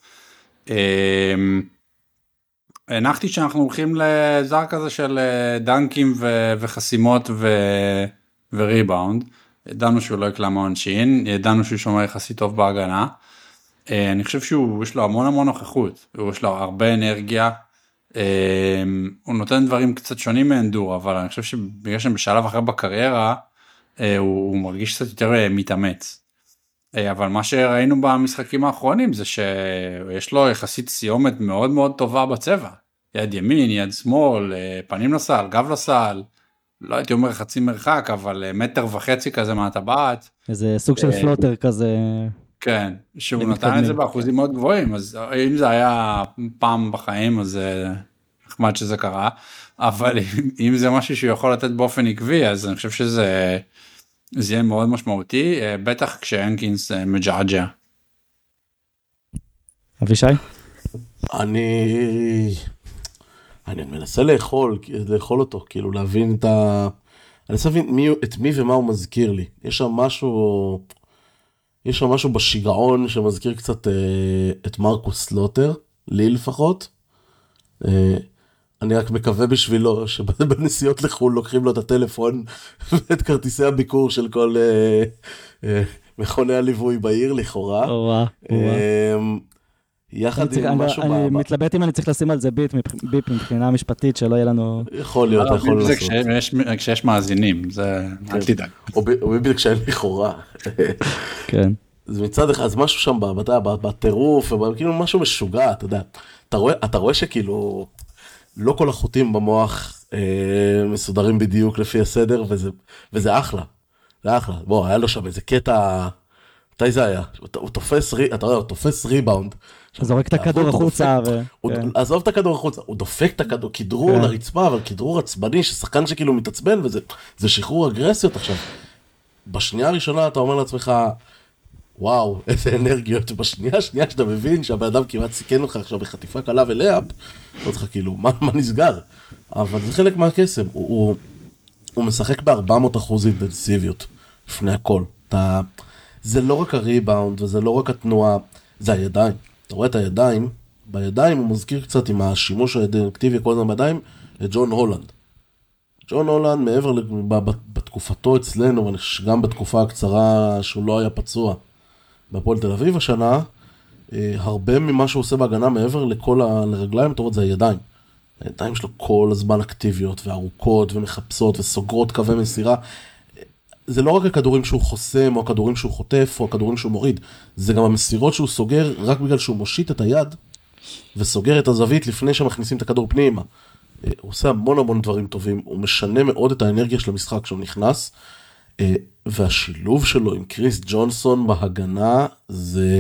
הנחתי שאנחנו הולכים לזר כזה של דנקים וחסימות וריבאונד. ידענו שהוא לא יקלע מעונשין, ידענו שהוא שומר יחסית טוב בהגנה. אני חושב שיש לו המון נוכחות, יש לו הרבה אנרגיה, הוא נותן דברים קצת שונים מאנדור, אבל אני חושב שבגלל שהם בשלב אחר בקריירה, הוא מרגיש קצת יותר מתאמץ. אבל מה שראינו במשחקים האחרונים זה שיש לו יחסית סיומת מאוד מאוד טובה בצבע. יד ימין, יד שמאל, פנים לסל, גב לסל, לא הייתי אומר חצי מרחק, אבל 1.5 מטר כזה מהטבעת. איזה סוג של פלוטר כזה. כן, שהוא נתן את זה באחוזים מאוד גבוהים, אז אם זה היה פעם בחיים, אז נחמד שזה קרה, אבל אם זה משהו שהוא יכול לתת באופן עקבי, אז אני חושב שזה יהיה מאוד משמעותי, בטח כשהנקינס מג'עג'ע. אבישי? אני מנסה לאכול אותו, כאילו להבין אני מנסה להבין את מי ומה הוא מזכיר לי. יש שם משהו בשיגעון שמזכיר קצת את מרקוס סלוטר, לי לפחות. אני רק מקווה בשבילו שבנסיעות לחו"ל לוקחים לו את הטלפון ואת כרטיסי הביקור של כל מכוני הליווי בעיר לכאורה. יחד עם משהו אני מתלבט אם אני צריך לשים על זה ביפ מבחינה משפטית שלא יהיה לנו... יכול להיות, יכול לעשות. זה כשיש מאזינים, זה אל תדאג. או ביפ כשאין לכאורה. כן. אז מצד אחד, אז משהו שם בטירוף, כאילו משהו משוגע, אתה יודע. אתה רואה שכאילו לא כל החוטים במוח מסודרים בדיוק לפי הסדר, וזה אחלה. זה אחלה. בוא, היה לו שם איזה קטע... מתי זה היה? הוא תופס ריבאונד. הוא זורק את הכדור החוצה. עזוב את הכדור החוצה, הוא דופק את הכדור, כדרור לרצפה, אבל כדרור עצבני, ששחקן שכאילו מתעצבן, וזה שחרור אגרסיות עכשיו. בשנייה הראשונה אתה אומר לעצמך, וואו, איזה אנרגיות, בשנייה השנייה שאתה מבין שהבן אדם כמעט סיכן אותך עכשיו בחטיפה קלה ולאפ, אתה צריך כאילו, מה נסגר? אבל זה חלק מהקסם, הוא משחק ב-400% אינטנסיביות, לפני הכל. זה לא רק הריבאונד, וזה לא רק התנועה, זה הידיים. אתה רואה את הידיים, בידיים הוא מזכיר קצת עם השימוש האקטיבי כל הזמן בידיים, את ג'ון הולנד. ג'ון הולנד, מעבר בתקופתו אצלנו, ואני חושב שגם בתקופה הקצרה שהוא לא היה פצוע בהפועל תל אביב השנה, הרבה ממה שהוא עושה בהגנה מעבר לכל הרגליים, אתה רואה את זה הידיים. הידיים שלו כל הזמן אקטיביות וארוכות ומחפשות וסוגרות קווי מסירה. זה לא רק הכדורים שהוא חוסם, או הכדורים שהוא חוטף, או הכדורים שהוא מוריד. זה גם המסירות שהוא סוגר רק בגלל שהוא מושיט את היד, וסוגר את הזווית לפני שמכניסים את הכדור פנימה. הוא עושה המון דברים טובים, הוא משנה מאוד את האנרגיה של המשחק כשהוא נכנס, והשילוב שלו עם קריס ג'ונסון בהגנה, זה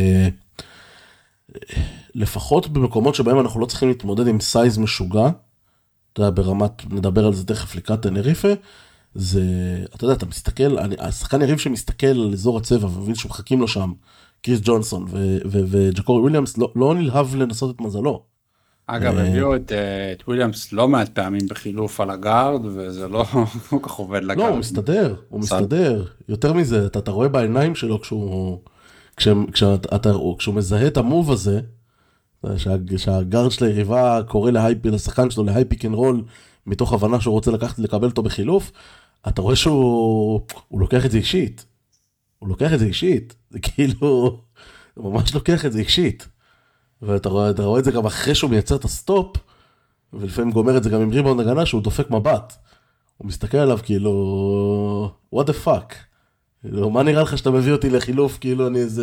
לפחות במקומות שבהם אנחנו לא צריכים להתמודד עם סייז משוגע, אתה יודע, ברמת, נדבר על זה תכף לקראת טנריפה, זה, אתה יודע, אתה מסתכל, השחקן יריב שמסתכל על אזור הצבע, ומבין שמחכים לו שם, קריס ג'ונסון וג'קורי וויליאמס, לא נלהב לנסות את מזלו. אגב, הביאו את וויליאמס לא מעט פעמים בחילוף על הגארד, וזה לא כל כך עובד לגארד. לא, הוא מסתדר. יותר מזה, אתה רואה בעיניים שלו כשהוא מזהה את המוב הזה, שהגארד של היריבה קורא לשחקן שלו להי פיק אנד רול, מתוך הבנה שהוא רוצה לקבל אותו בחילוף, אתה רואה שהוא לוקח את זה אישית. הוא לוקח את זה אישית. זה כאילו, הוא ממש לוקח את זה אישית. ואתה רואה את זה גם אחרי שהוא מייצר את הסטופ, ולפעמים גומר את זה גם עם ריבאונד הגנה, שהוא דופק מבט. הוא מסתכל עליו כאילו, what the fuck? מה נראה לך שאתה מביא אותי לחילוף, כאילו אני איזה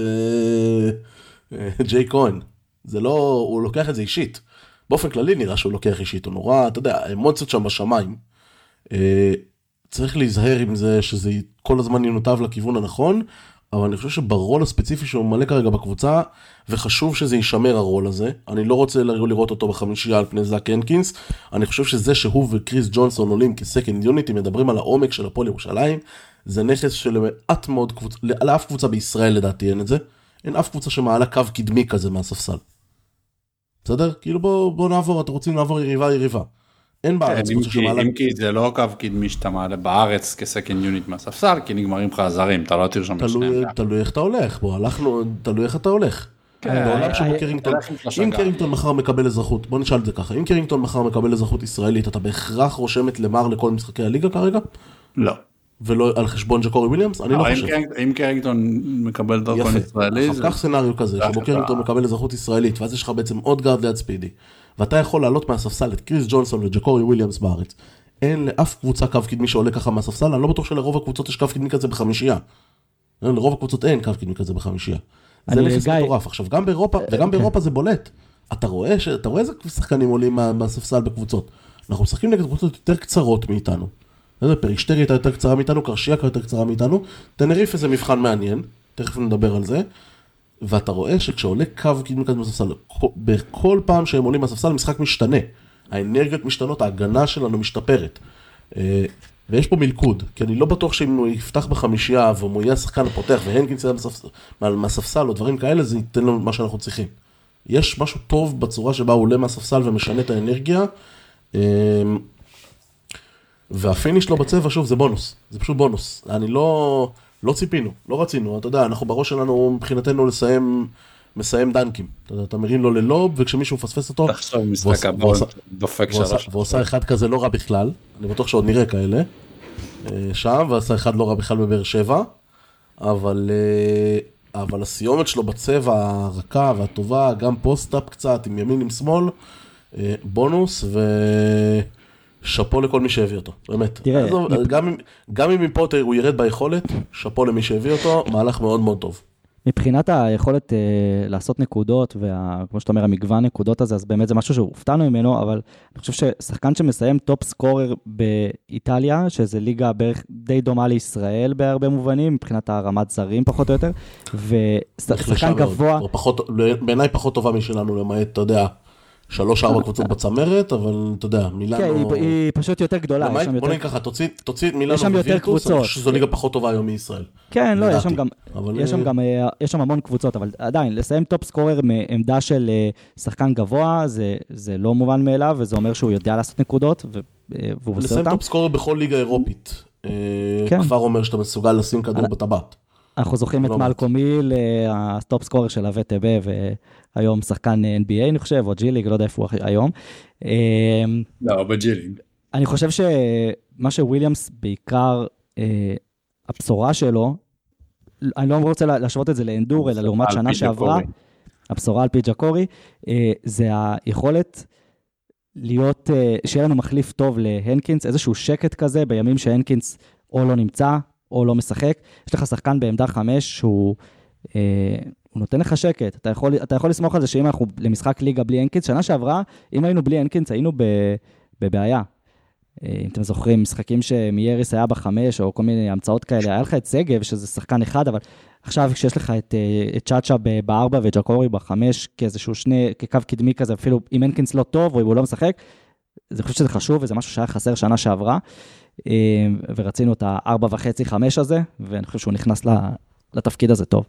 ג'יי כהן. זה לא, הוא לוקח את זה אישית. באופן כללי נראה שהוא לוקח אישית, הוא נורא, אתה יודע, האמוציות שם בשמיים. צריך להיזהר עם זה שזה כל הזמן ינותב לכיוון הנכון, אבל אני חושב שברול הספציפי שהוא מלא כרגע בקבוצה, וחשוב שזה יישמר הרול הזה, אני לא רוצה לראות אותו בחמישייה על פני זאק הנקינס, אני חושב שזה שהוא וקריס ג'ונסון עולים כסקנד יוניט, אם מדברים על העומק של הפועל ירושלים, זה נכס שלמעט מאוד קבוצה, לאף קבוצה בישראל לדעתי אין את זה, אין אף קבוצה שמעלה קו קדמי כזה מהספסל. בסדר? כאילו בוא נעבור, אתם רוצים לעבור יריבה. אין בארץ קבוצה שמעלה... אם כי זה לא קו קדמי שאתה מעלה בארץ כסקנד יוניט מהספסל, כי נגמרים לך הזרים, אתה לא תרשום לשניהם. תלוי איך אתה הולך, בוא, הלכנו, תלוי איך אתה הולך. בעולם שבו קרינגטון, אם קרינגטון מחר מקבל אזרחות, בוא נשאל את זה ככה, אם קרינגטון מחר מקבל אזרחות ישראלית, אתה בהכרח רושמת למר לכל משחקי הליגה כרגע? לא. ולא על חשבון ג'קורי וויליאמס? אני לא חושב. אם קרינגטון מקבל דרכון ישראלי... עכשיו כך סנריו כזה, שבו קרינגטון מקבל אזרחות ישראלית, ואז יש לך בעצם עוד גארד ליד ספידי, ואתה יכול לעלות מהספסל את קריס ג'ונסון וג'קורי וויליאמס בארץ. אין לאף קבוצה קו קדמי שעולה ככה מהספסל, אני לא בטוח שלרוב הקבוצות יש קו קדמי כזה בחמישייה. לרוב הקבוצות אין קו קדמי כזה בחמישייה. זה נכס מטורף. עכשיו, גם באירופה, וגם באירופה זה בולט. אתה רואה איזה שחקנים עולים מהספסל בקבוצות. אנחנו משחקים נגד קבוצות יותר קצרות מאיתנו. פרישטרי הייתה יותר קצרה מאיתנו, קרשיאקה יותר קצרה מאיתנו, טנריפה זה מבחן מעניין, תכף נדבר על זה, ואתה רואה שכשעולה קו קדמי כזה מהספסל, בכל פעם שהם עולים מהספסל, המשחק משתנה, האנרגיות משתנות, ההגנה שלנו משתפרת, ויש פה מלכוד, כי אני לא בטוח שאם הוא יפתח בחמישייה, והוא יהיה השחקן הפותח, והנקינס יהיה מהספסל או דברים כאלה, זה ייתן לנו מה שאנחנו צריכים. יש משהו טוב בצורה שבה הוא עולה מהספסל ומשנה את האנרגיה, והפיניש לא בצבע, שוב, זה בונוס. זה פשוט בונוס. אני לא ציפינו, לא רצינו. אתה יודע, אנחנו בראש שלנו מבחינתנו מסיים דנקים. אתה מרים לו ללוב, וכשמישהו מפספס אותו, תחשוב משחק הבול, דופק שלוש. ועושה אחד כזה לא רע בכלל. אני בטוח שעוד נראה כאלה. שם, ועשה אחד לא רע בכלל בבאר שבע. אבל הסיומת שלו בצבע הרכה והטובה, גם פוסט-אפ קצת, עם ימין עם שמאל, בונוס שפו לכל מי שהביא אותו, באמת. תראה, גם אם מפה הוא ירד ביכולת, שפו למי שהביא אותו, מהלך מאוד מאוד טוב. מבחינת היכולת לעשות נקודות, וכמו שאתה אומר, המגוון נקודות הזה, אז באמת זה משהו שהופתענו ממנו, אבל אני חושב ששחקן שמסיים טופ סקורר באיטליה, שזה ליגה בערך די דומה לישראל בהרבה מובנים, מבחינת הרמת זרים פחות או יותר, ושחקן גבוה... בעיניי פחות טובה משלנו, למעט, אתה יודע, 3-4 קבוצות בצמרת, אבל אתה יודע, מילאנו... כן, היא פשוט יותר גדולה. בוא נגיד ככה, תוציא את מילאנו ווירטוס, אני חושב שזו ליגה פחות טובה היום מישראל. כן, לא, יש שם המון קבוצות, אבל עדיין, לסיים טופ סקורר מעמדה של שחקן גבוה, זה לא מובן מאליו, וזה אומר שהוא יודע לעשות נקודות, והוא עושה אותם. לסיים טופ סקורר בכל ליגה אירופית, כבר אומר שאתה מסוגל לשים כדור בטבעת. אנחנו זוכרים את מלקום מיל, הטופ סקורר של ה-VTB, והיום שחקן NBA, אני חושב, או ג'יליג, לא יודע איפה הוא היום. לא, בג'יליג. אני חושב שמה שוויליאמס בעיקר, הבשורה שלו, אני לא רוצה להשוות את זה לאנדור, אלא לעומת שנה שעברה, הבשורה על פי ג'קורי, זה היכולת להיות, שיהיה לנו מחליף טוב להנקינס, איזשהו שקט כזה, בימים שהנקינס או לא נמצא, או לא משחק. יש לך שחקן בעמדה 5 שהוא נותן לך שקט. אתה יכול לסמוך על זה שאם אנחנו למשחק ליגה בלי הנקינס, שנה שעברה, אם היינו בלי הנקינס, היינו בבעיה. אם אתם זוכרים, משחקים שמייריס היה ב5, או כל מיני המצאות כאלה, היה לך את סגב, שזה שחקן אחד, אבל עכשיו כשיש לך את צ'אצ'ה ב4 וג'קורי ב5, כאיזשהו כקו קדמי כזה, אפילו אם הנקינס לא טוב, או אם הוא לא משחק, אני חושב שזה חשוב, וזה משהו שהיה חסר שנה שעברה. ורצינו את ה4.5-5 הזה, ואני חושב שהוא נכנס לתפקיד הזה טוב.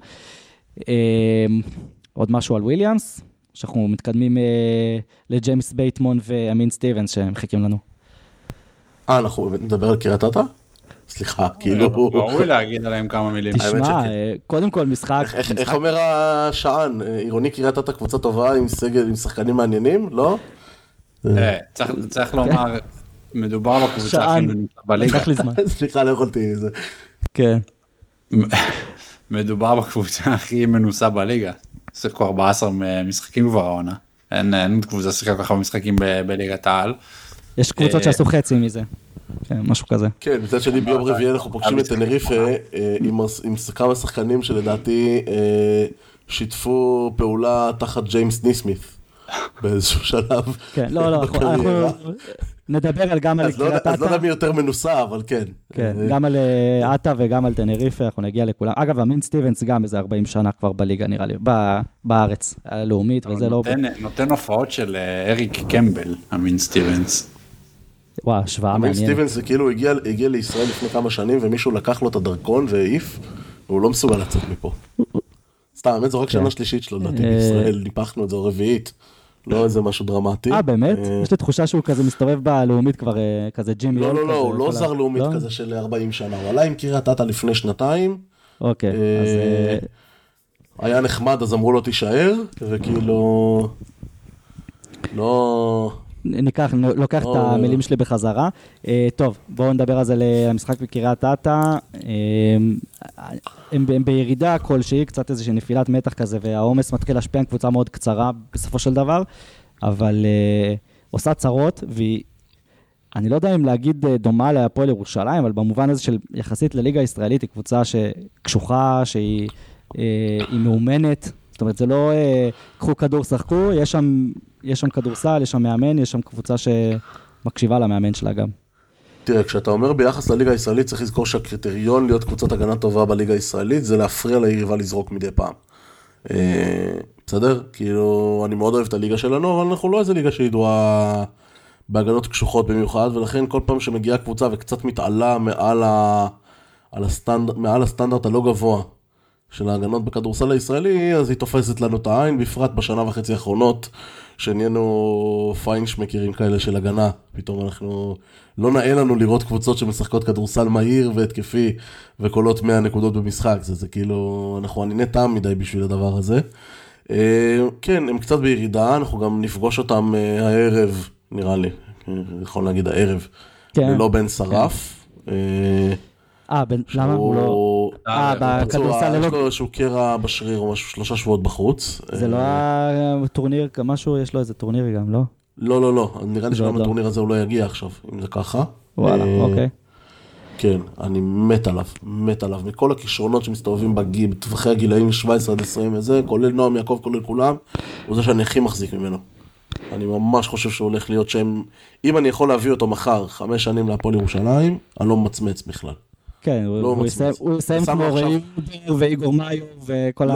עוד משהו על וויליאמס, שאנחנו מתקדמים לג'יימס בייטמון ואמין סטיבנס שמחכים לנו. אנחנו נדבר על קריית אתא? סליחה, כאילו... ראוי להגיד עליהם כמה מילים. תשמע, קודם כל משחק... איך אומר השען? עירוני קריית אתא קבוצה טובה עם סגל, עם שחקנים מעניינים, לא? צריך לומר... מדובר בקבוצה הכי מנוסה בליגה. סליחה, לא יכולתי זה. כן. מדובר בקבוצה הכי מנוסה בליגה. שיחקו 14 משחקים כבר העונה. אין קבוצה שיחקה ככה משחקים בליגת העל. יש קבוצות שעשו חצי מזה. משהו כזה. כן, מצד שני ביום רביעי אנחנו פוגשים את טנריפה עם כמה שחקנים שלדעתי שיתפו פעולה תחת ג'יימס ניסמית. באיזשהו שלב. כן, לא, אנחנו נדבר גם על קריית אתא. אז לא יודע מי יותר מנוסה, אבל כן. כן, גם על אתא וגם על טנריפה, אנחנו נגיע לכולם. אגב, אמין סטיבנס גם איזה 40 שנה כבר בליגה, נראה לי, בארץ, הלאומית, וזה לא... נותן הופעות של אריק קמבל, אמין סטיבנס. וואו, השוואה מעניינת. אמין סטיבנס זה כאילו הגיע לישראל לפני כמה שנים, ומישהו לקח לו את הדרכון והעיף, והוא לא מסוגל לצאת מפה. סתם, האמת זו רק שנה שלישית שלו, לדעתי בישראל, ניפחנו את זה רביעית. לא איזה משהו דרמטי. באמת? יש לי תחושה שהוא כזה מסתובב בלאומית כבר, כזה ג'ימי אול. לא, הוא לא זר לאומית כזה של 40 שנה. הוא עלה עם קריית אתא לפני שנתיים. אוקיי, אז... היה נחמד, אז אמרו לו תישאר, וכאילו... לא... לוקח את המילים שלי בחזרה. טוב, בואו נדבר על זה למשחק בקריית אתא. הם בירידה כלשהי, קצת איזושהי נפילת מתח כזה, והעומס מתחיל להשפיע על קבוצה מאוד קצרה בסופו של דבר, אבל עושה צרות, ואני לא יודע אם להגיד דומה להפועל ירושלים, אבל במובן הזה של יחסית לליגה הישראלית, היא קבוצה שקשוחה, שהיא מאומנת, זאת אומרת, זה לא קחו כדור, שחקו, יש שם כדורסל, יש שם מאמן, יש שם קבוצה שמקשיבה למאמן שלה גם. תראה, כשאתה אומר ביחס לליגה הישראלית, צריך לזכור שהקריטריון להיות קבוצת הגנה טובה בליגה הישראלית, זה להפריע ליריבה לזרוק מדי פעם. בסדר? כאילו, אני מאוד אוהב את הליגה שלנו, אבל אנחנו לא איזה ליגה שידועה בהגנות קשוחות במיוחד, ולכן כל פעם שמגיעה קבוצה וקצת מתעלה מעל הסטנדרט הלא גבוה של ההגנות בכדורסל הישראלי, אז היא תופסת לנו את העין, בפרט בשנה וחצי האחרונות, שנהיינו פיינשמקרים כאלה של הגנה. פתאום אנחנו, לא נאה לנו לראות קבוצות שמשחקות כדורסל מהיר והתקפי, וקולות 100 נקודות במשחק. זה כאילו, אנחנו ענייני טעם מדי בשביל הדבר הזה. כן, הם קצת בירידה, אנחנו גם נפגוש אותם הערב, נראה לי, יכול להגיד הערב, ללא בן שרף. למה הוא לא... בכדורסל יש לו איזשהו קרע בשריר או משהו, 3 שבועות בחוץ. זה לא הטורניר, משהו, יש לו איזה טורניר גם, לא? לא, נראה לי שגם הטורניר הזה הוא לא יגיע עכשיו, אם זה ככה. וואלה, אוקיי. כן, אני מת עליו, מכל הכישרונות שמסתובבים בטווחי הגילאים 17 עד 20 וזה, כולל נועם יעקב, כולל כולם, הוא זה שאני הכי מחזיק ממנו. אני ממש חושב שהוא הולך להיות שם, אם אני יכול להביא אותו מחר 5 שנים להפועל ירושלים, אני לא מצמץ בכלל. כן, הוא יסיים כמו ראי ואיגור מאיו וכל ה...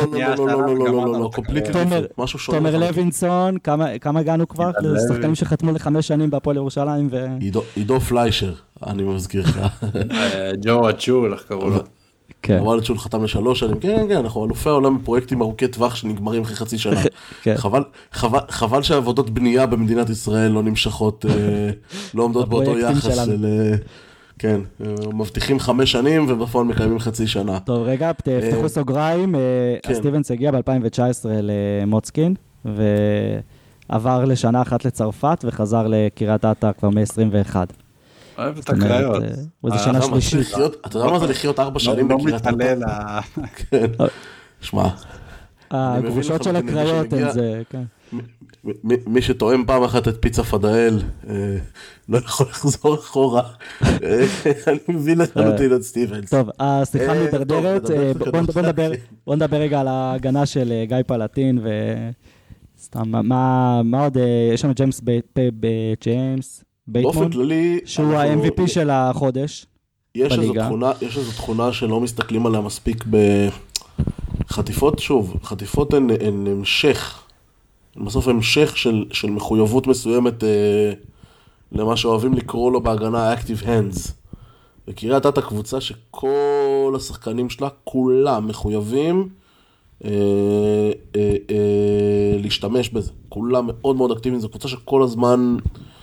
לא, קומפליטי, משהו שונה. תומר לוינסון, כמה הגענו כבר? שחקנים שחתמו ל5 שנים בהפועל ירושלים ו... עידו פליישר, אני מזכיר לך. ג'ו אצ'ול, איך קראו לו? אבל אצ'ול חתם ל3 שנים, כן, אנחנו אלופי העולם בפרויקטים ארוכי טווח שנגמרים אחרי חצי שנה. חבל שהעבודות בנייה במדינת ישראל לא נמשכות, לא עומדות באותו יחס של... כן, מבטיחים 5 שנים ובפועל מקיימים חצי שנה. טוב, רגע, תפתחו סוגריים. סטיבנס הגיע ב-2019 למוצקין, ועבר לשנה אחת לצרפת, וחזר לקריית אתא כבר מ-21. אוהב את הקריות. זה שנה שלישית. אתה יודע מה זה לחיות 4 שנים בקריית אתא? כן, שמע. הגרושות של הקריות הן זה, כן. מי שטועם פעם אחת את פיצה פדאל, לא יכול לחזור אחורה. אני מבין לחלוטין את סטיבנס. טוב, השיחה מדרדרת. בוא נדבר רגע על ההגנה של גיא פלטין, וסתם, מה עוד, יש לנו ג'יימס בייטמון, שהוא ה-MVP של החודש. יש איזו תכונה שלא מסתכלים עליה מספיק בחטיפות, שוב, חטיפות הן המשך. בסוף המשך של מחויבות מסוימת למה שאוהבים לקרוא לו בהגנה Active Hands. וקריית אתא קבוצה שכל השחקנים שלה, כולם מחויבים להשתמש בזה. כולם מאוד מאוד אקטיביים, זו קבוצה שכל הזמן,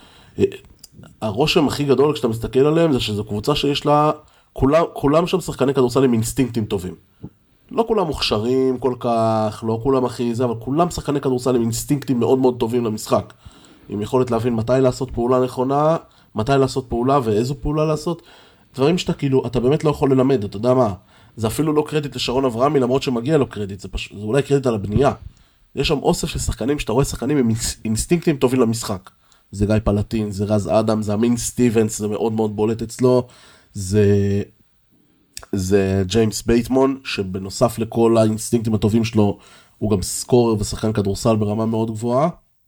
הרושם הכי גדול כשאתה מסתכל עליהם זה שזו קבוצה שיש לה, כולם שם שחקני כדורסל עם אינסטינקטים טובים. לא כולם מוכשרים כל כך, לא כולם הכי זה, אבל כולם שחקני כדורסל עם אינסטינקטים מאוד מאוד טובים למשחק. עם יכולת להבין מתי לעשות פעולה נכונה, מתי לעשות פעולה ואיזו פעולה לעשות. דברים שאתה כאילו, אתה באמת לא יכול ללמד, אתה יודע מה? זה אפילו לא קרדיט לשרון אברהמי, למרות שמגיע לו קרדיט, זה אולי קרדיט על הבנייה. יש שם אוסף של שחקנים, שאתה רואה שחקנים עם אינסטינקטים טובים למשחק. זה גיא פלטין, זה רז אדם, זה אמין סטיבנס, זה מאוד מאוד בולט אצלו. זה ג'יימס בייטמון, שבנוסף לכל האינסטינקטים הטובים שלו, הוא גם סקורר ושחקן כדורסל ברמה מאוד גבוהה.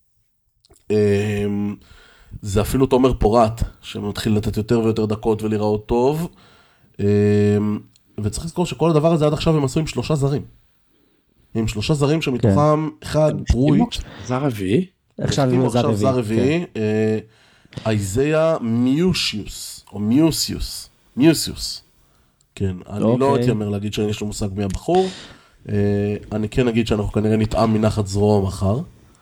זה אפילו תומר פורט, שמתחיל לתת יותר ויותר דקות ולראות טוב. וצריך לזכור שכל הדבר הזה עד עכשיו הם עשו עם 3 זרים. עם 3 זרים שמתוכם אחד פרויט. זר רביעי? עכשיו זר רביעי. איזיה מיוסיוס, או מיוסיוס. כן, אני לא הייתי אומר להגיד שיש לו מושג מי הבחור. אני כן אגיד שאנחנו כנראה נטעם מנחת זרוע מחר.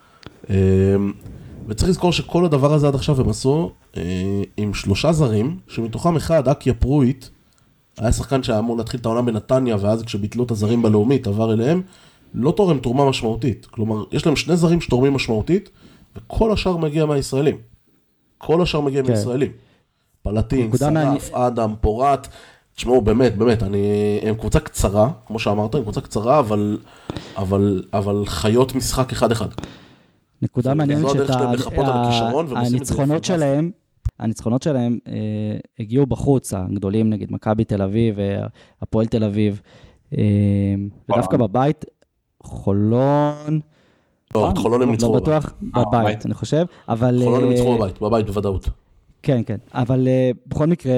וצריך לזכור שכל הדבר הזה עד עכשיו הם עשו עם 3 זרים, שמתוכם אחד, אקיה פרויט, היה שחקן שהיה אמור להתחיל את העונה בנתניה, ואז כשביטלו את הזרים בלאומית, עבר אליהם, לא תורם תרומה משמעותית. כלומר, יש להם 2 זרים שתורמים משמעותית, וכל השאר מגיע מהישראלים. כל השאר מגיע מהישראלים. פלטין, שרף, אדם, פורט. תשמעו, באמת, הם קבוצה קצרה, כמו שאמרת, הם קבוצה קצרה, אבל חיות משחק אחד. נקודה מעניינת הניצחונות שלהם הגיעו בחוץ, הגדולים נגיד מכבי תל אביב והפועל תל אביב, ודווקא בבית חולון, חולון הם ניצחו בבית, אני חושב, אבל... חולון הם ניצחו בבית בוודאות. כן, כן, אבל בכל מקרה,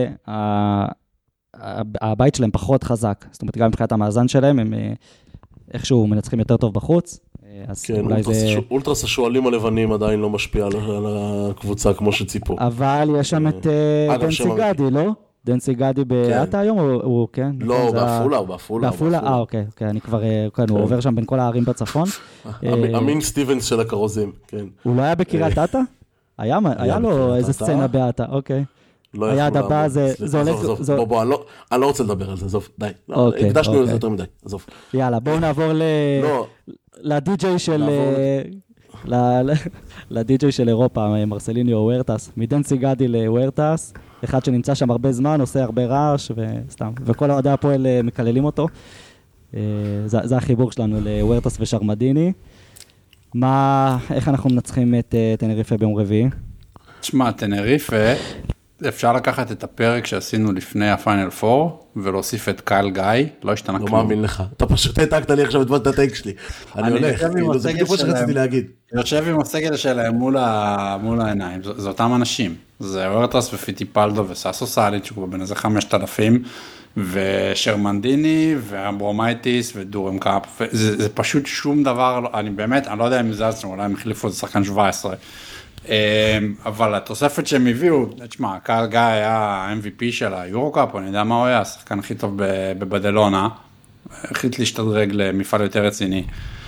הבית שלהם פחות חזק, זאת אומרת, גם מבחינת המאזן שלהם, הם איכשהו מנצחים יותר טוב בחוץ, אז כן, אולי זה... אולטרס השואלים הלבנים עדיין לא משפיע על הקבוצה כמו שציפו. אבל יש שם את דנסי גדי, לא? דנסי גדי באתה היום, הוא כן? לא, הוא בעפולה. בעפולה? אוקיי, אני כבר, הוא עובר שם בין כל הערים בצפון. אמין סטיבנס של הכרוזים, כן. הוא לא היה בקריית אתה? היה לו איזה סצנה באתה, אוקיי. היעד הבא זה הולך... בוא, אני לא רוצה לדבר על זה, עזוב, די. הקדשנו לזה יותר מדי, עזוב. יאללה, בואו נעבור לדי-ג'יי של... לדי-ג'יי של אירופה, מרסליניו וורטס, מדנסי גדי לוורטס, אחד שנמצא שם הרבה זמן, עושה הרבה רעש, וסתם, וכל העודי הפועל מקללים אותו. זה החיבור שלנו לוורטס ושרמדיני. איך אנחנו מנצחים את טנריפה ביום רביעי? תשמע, טנריפה, אפשר לקחת את הפרק שעשינו לפני הפיינל 4, ולהוסיף את קייל גיא, לא השתנה כלום. לא מאמין לך, אתה פשוט העתקת לי עכשיו את הטייק שלי. אני הולך, זה בדיוק מה שרציתי להגיד. יושב עם הסגל שלהם מול העיניים, זה אותם אנשים. זה וורטס ופיטיפלדו וסאסו סאליץ' שהוא כבר בין איזה 5,000, ושרמנדיני ואברומייטיס ודורם קאפ, זה פשוט שום דבר, אני לא יודע אם זה עצמו, אולי הם החליפו את שחקן 17, אבל התוספת שהם הביאו, תשמע, קייל גיא היה MVP של היורוקאפ, אני יודע מה הוא היה, השחקן הכי טוב בבדלונה, החליט להשתדרג למפעל יותר רציני,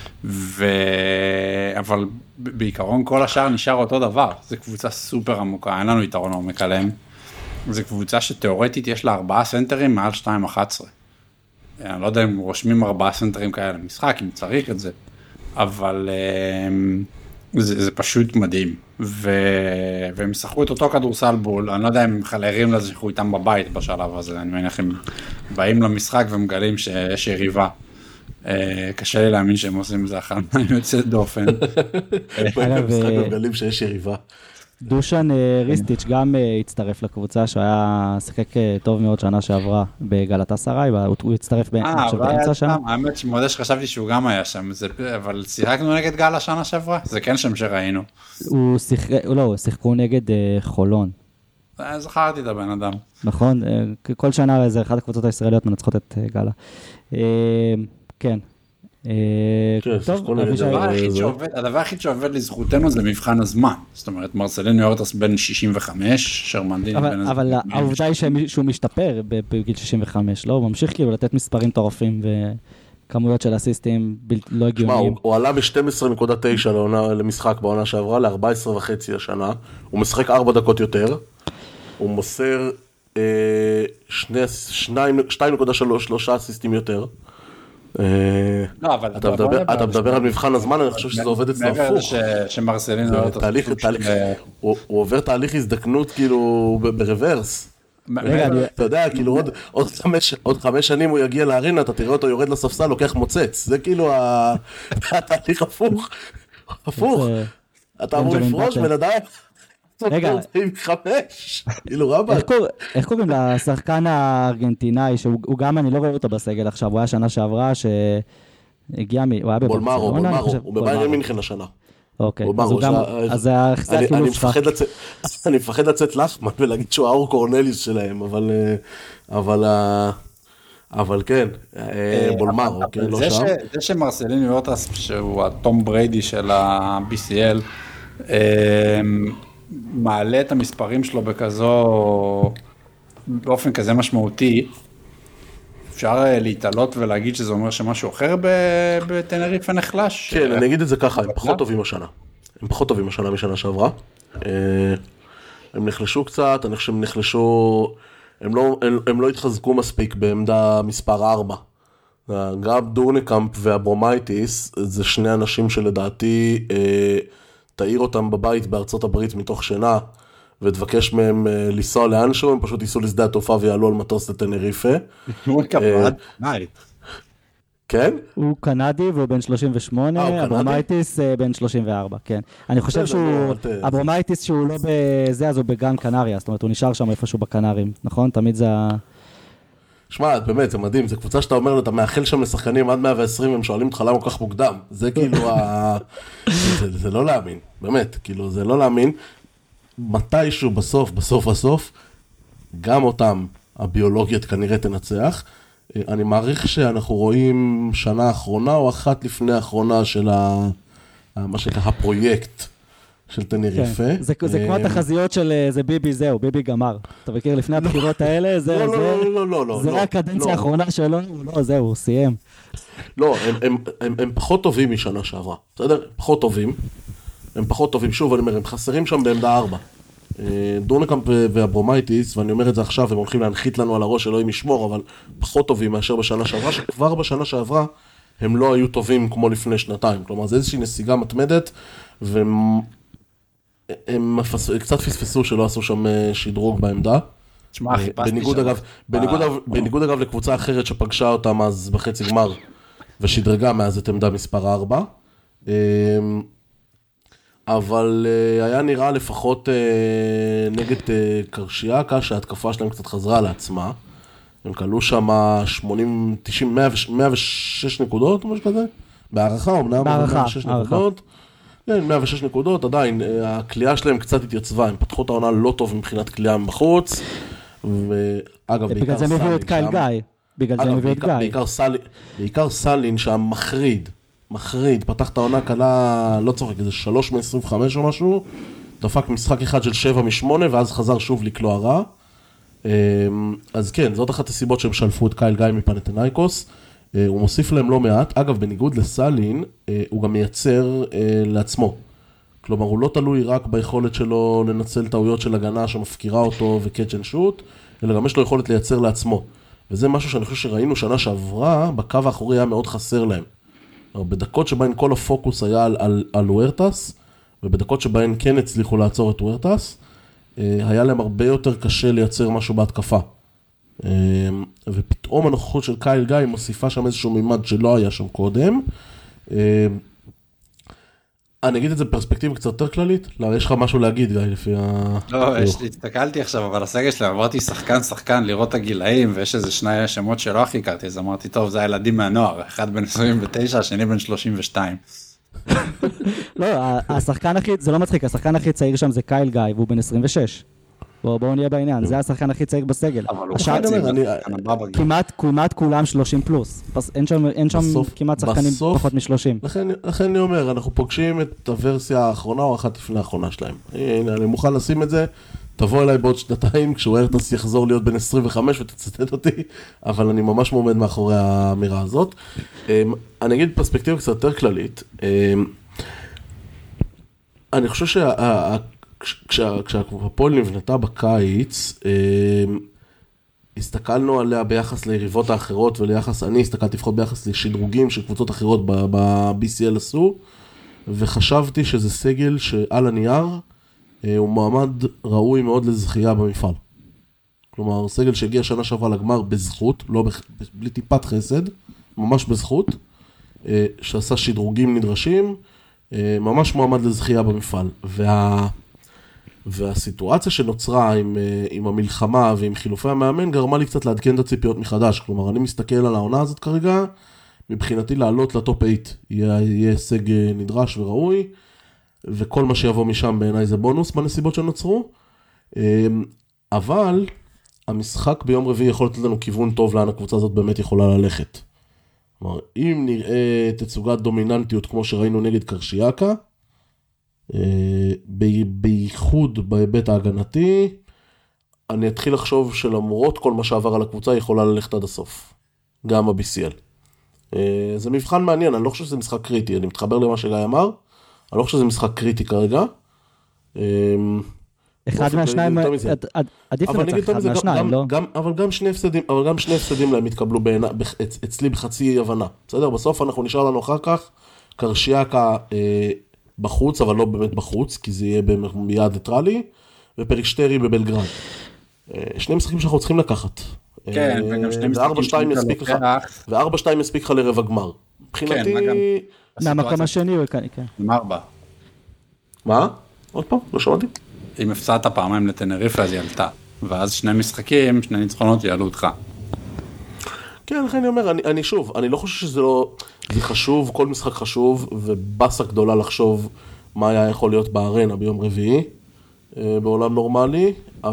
אבל בעיקרון כל השאר נשאר אותו דבר, זו קבוצה סופר עמוקה, אין לנו יתרון עומק עליהם, זו קבוצה שתיאורטית יש לה 4 סנטרים מעל 2.11, אני לא יודע אם רושמים 4 סנטרים כאלה למשחק, אם צריך את זה, אבל זה פשוט מדהים, והם שחקו את אותו כדורסל בול, אני לא יודע אם הם חלרים לזה שחקו איתם בבית בשלב הזה, אני מניח הם באים למשחק ומגלים שיש יריבה, קשה לי להאמין שהם עושים את זה אחת, אני יוצא דופן. במשחק מגלים שיש יריבה. דושן ריסטיץ' גם הצטרף לקבוצה, שהוא היה שחק טוב מאוד שנה שעברה בגלתה סראי, הוא הצטרף באמצע שנה. האמת שמודה שחשבתי שהוא גם היה שם, אבל שיחקנו נגד גלה שנה שעברה, זה כן שם שראינו. לא, שיחקו נגד חולון. זכרתי את הבן אדם. נכון, כל שנה זה אחת הקבוצות הישראליות מנצחות את גלה. כן. הדבר הכי שעובד לזכותנו זה מבחן הזמן, זאת אומרת מרסליניו וורטס בן 65, שרמנדיני בן... אבל העובדה היא שהוא משתפר בגיל 65, לא? הוא ממשיך כאילו לתת מספרים טורפים וכמויות של אסיסטים לא הגיוניים. הוא עלה ב-12.9 למשחק בעונה שעברה, ל-14.5 השנה, הוא משחק 4 דקות יותר, הוא מוסר 2.3 אסיסטים יותר, אתה מדבר על מבחן הזמן, אני חושב שזה עובד אצלו הפוך. הוא עובר תהליך הזדקנות כאילו ברוורס. אתה יודע, כאילו עוד 5 שנים הוא יגיע לארינה, אתה תראה אותו יורד לספסל, לוקח מוצץ. זה כאילו התהליך הפוך. אתה אמור לפרוש בן אדם. רגע, איך קוראים לשחקן הארגנטינאי, שהוא גם, אני לא רואה אותו בסגל עכשיו, הוא היה שנה שעברה שהגיע הוא היה בולמרו, הוא בביירן מינכן השנה. אוקיי, אז זה החילוף שלך. אני מפחד לצאת לחמן ולהגיד שהוא האור קורנליוס שלהם, אבל כן, בולמרו, לא שם. זה שמרסליניו וורטס, שהוא הטום בריידי של ה-BCL, מעלה את המספרים שלו באופן כזה משמעותי, אפשר להתעלות ולהגיד שזה אומר שמשהו אחר בטנריפה נחלש? כן, אני אגיד את זה ככה, הם פחות טובים השנה. הם פחות טובים השנה משנה שעברה. הם נחלשו קצת, אני חושב שהם נחלשו, הם לא התחזקו מספיק בעמדה מספר 4. גם דורנקאמפ והברומייטיס, זה שני אנשים שלדעתי תאיר אותם בבית בארצות הברית מתוך שינה, ותבקש מהם לנסוע לאנשהו, הם פשוט ייסעו לשדה התעופה ויעלו על מטוס לטנריפה. כן? הוא קנדי והוא בן 38, אברומייטיס בן 34, כן. אני חושב שהוא, אברומייטיס שהוא לא בזה, אז הוא בגן קנריה, זאת אומרת, הוא נשאר שם איפשהו בקנרים, נכון? תמיד זה שמע, באמת, זה מדהים, זו קבוצה שאתה אומר לו, אתה מאחל שם לשחקנים עד 120, הם שואלים אותך למה כל כך מוקדם. זה כאילו, זה לא להאמין, באמת, כאילו, זה לא להאמין. מתישהו בסוף, גם אותם הביולוגית כנראה תנצח. אני מעריך שאנחנו רואים שנה האחרונה או אחת לפני האחרונה של מה שנקרא הפרויקט של טנריפה. זה כמו התחזיות של זה ביבי זהו, ביבי גמר. אתה מכיר לפני הבחירות האלה, זה רק הקדנציה האחרונה שלו, לא זהו, הוא סיים. לא, הם פחות טובים משנה שעברה, בסדר? פחות טובים. הם פחות טובים, שוב אני אומר, הם חסרים שם בעמדה 4. דורנקאמפ והברומייטיס, ואני אומר את זה עכשיו, הם הולכים להנחית לנו על הראש אלוהים ישמור, אבל פחות טובים מאשר בשנה שעברה, שכבר בשנה שעברה הם לא היו טובים כמו לפני שנתיים. כלומר, זה איזושהי נסיגה מתמדת, והם קצת פספסו שלא עשו שם שדרוג בעמדה. בניגוד אגב לקבוצה אחרת שפגשה אותם אז בחצי גמר, ושדרגה מאז את עמדה מספר 4. אבל היה נראה לפחות נגד קרשיאקה שההתקפה שלהם קצת חזרה לעצמה. הם קלו שם 106 נקודות או משהו כזה? בהערכה, אמנם 106 נקודות. כן, 106 נקודות, עדיין הקליעה שלהם קצת התייצבה, הם פתחו את העונה לא טוב מבחינת קליעה מבחוץ. ואגב, בגלל זה מביאו את קייל גיא. בעיקר סלין שם מחריד, פתח את העונה קלה, לא צוחק, איזה 3 מ-25 או משהו, דפק משחק אחד של 7 מ-8, ואז חזר שוב לקלוע רע. אז כן, זאת אחת הסיבות שהם שלפו את קייל גיא מפנתנייקוס. הוא מוסיף להם לא מעט. אגב, בניגוד לסלין, הוא גם מייצר לעצמו. כלומר, הוא לא תלוי רק ביכולת שלו לנצל טעויות של הגנה שמפקירה אותו ו-catch and shoot, אלא גם יש לו יכולת לייצר לעצמו. וזה משהו שאני חושב שראינו שנה שעברה, בקו האחורי היה מאוד חסר להם. בדקות שבהן כל הפוקוס היה על וורטס, ובדקות שבהן כן הצליחו לעצור את וורטס, היה להם הרבה יותר קשה לייצר משהו בהתקפה. ופתאום הנוכחות של קייל גיא מוסיפה שם איזשהו מימד שלא היה שם קודם. אני אגיד את זה בפרספקטיבה קצת יותר כללית? לא, יש לך משהו להגיד, גיא, לפי לא, הסתכלתי עכשיו, אבל הסגל שלהם, עברתי שחקן, לראות את הגילאים, ויש איזה שני שמות שלא הכי הכרתי, אז אמרתי, טוב, זה הילדים מהנוער, אחד בן 29, השני בן 32. לא, השחקן הכי, זה לא מצחיק, השחקן הכי צעיר שם זה קייל גיא, והוא בן 26. בואו נהיה בעניין, זה השחקן הכי צעיר בסגל. אבל הוא חצי, כמעט כולם 30 פלוס. אין שם כמעט שחקנים פחות מ-30. לכן אני אומר, אנחנו פוגשים את הוורסיה האחרונה או אחת לפני האחרונה שלהם. הנה, אני מוכן לשים את זה, תבוא אליי בעוד שנתיים, כשווורטס יחזור להיות בן 25 ותצטט אותי, אבל אני ממש עומד מאחורי האמירה הזאת. אני אגיד פרספקטיבה קצת יותר כללית. אני חושב כשהפועל נבנתה בקיץ, הסתכלנו עליה ביחס ליריבות האחרות וליחס, אני הסתכלתי לפחות ביחס לשדרוגים של קבוצות אחרות ב-BCL עשו, וחשבתי שזה סגל שעל הנייר הוא מעמד ראוי מאוד לזכייה במפעל. כלומר, סגל שהגיע שנה שעברה לגמר בזכות, לא בלי טיפת חסד, ממש בזכות, שעשה שדרוגים נדרשים, ממש מועמד לזכייה במפעל. והסיטואציה שנוצרה עם המלחמה ועם חילופי המאמן גרמה לי קצת לעדכן את הציפיות מחדש. כלומר, אני מסתכל על העונה הזאת כרגע, מבחינתי לעלות לטופ 8 יהיה הישג נדרש וראוי, וכל מה שיבוא משם בעיניי זה בונוס בנסיבות שנוצרו. אבל המשחק ביום רביעי יכול לתת לנו כיוון טוב לאן הקבוצה הזאת באמת יכולה ללכת. כלומר, אם נראה תצוגת דומיננטיות כמו שראינו נגד קרשיאקה, בייחוד בהיבט ההגנתי, אני אתחיל לחשוב שלמרות כל מה שעבר על הקבוצה יכולה ללכת עד הסוף, גם ב-BCL. זה מבחן מעניין, אני לא חושב שזה משחק קריטי, אני מתחבר למה שגיא אמר, אני לא חושב שזה משחק קריטי כרגע. אחד מהשניים, עדיף לנצח אחד מהשניים, לא? אבל גם שני הפסדים להם התקבלו אצלי בחצי הבנה, בסדר? בסוף אנחנו נשאר לנו אחר כך, קרשיאקה בחוץ, אבל לא באמת בחוץ, כי זה יהיה ביעד ניטרלי, ופריקשטרי בבלגרד. שני משחקים שאנחנו צריכים לקחת. כן, וגם שני משחקים ו4-2 מספיק לך לרבע גמר. מבחינתי... מהמקום השני הוא כאן, כן. עם 4. מה? עוד פעם? לא שמעתי. אם הפסדת פעמיים לטנריפה, אז היא עלתה. ואז שני משחקים, שני ניצחונות יעלו אותך. כן, לכן אני אומר, אני לא חושב שזה לא... זה חשוב, כל משחק חשוב, ובאסה גדולה לחשוב מה היה יכול להיות בארנה ביום רביעי. בעולם נורמלי,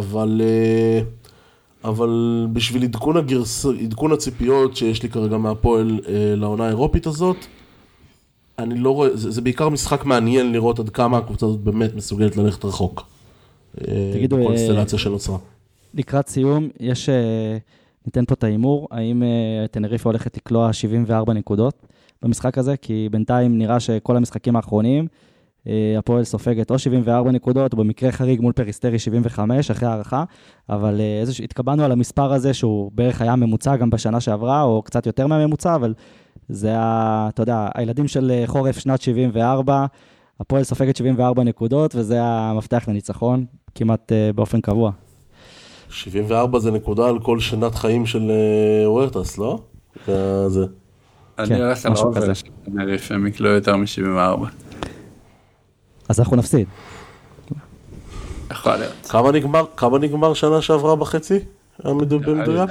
אבל בשביל עדכון הציפיות שיש לי כרגע מהפועל לעונה האירופית הזאת, אני לא רואה, זה בעיקר משחק מעניין לראות עד כמה הקבוצה הזאת באמת מסוגלת ללכת רחוק. תגידו, בקונסטלציה שנוצרה. לקראת סיום, ניתן פה את האימור, האם טנריפה הולכת לקלוע 74 נקודות במשחק הזה, כי בינתיים נראה שכל המשחקים האחרונים, הפועל סופגת או 74 נקודות, או במקרה חריג מול פריסטרי 75, אחרי הערכה, אבל התקבלנו על המספר הזה, שהוא בערך היה ממוצע גם בשנה שעברה, או קצת יותר מהממוצע, אבל זה אתה יודע, הילדים של חורף שנת 74, הפועל סופגת 74 נקודות, וזה המפתח לניצחון, כמעט באופן קבוע. 74 זה נקודה על כל שנת חיים של וורטס, לא? זה. אני הולך על האובר של טנריפה, הם יקלו יותר מ-74. אז אנחנו נפסיד. יכול להיות. כמה נגמר שנה שעברה בחצי? במדויק?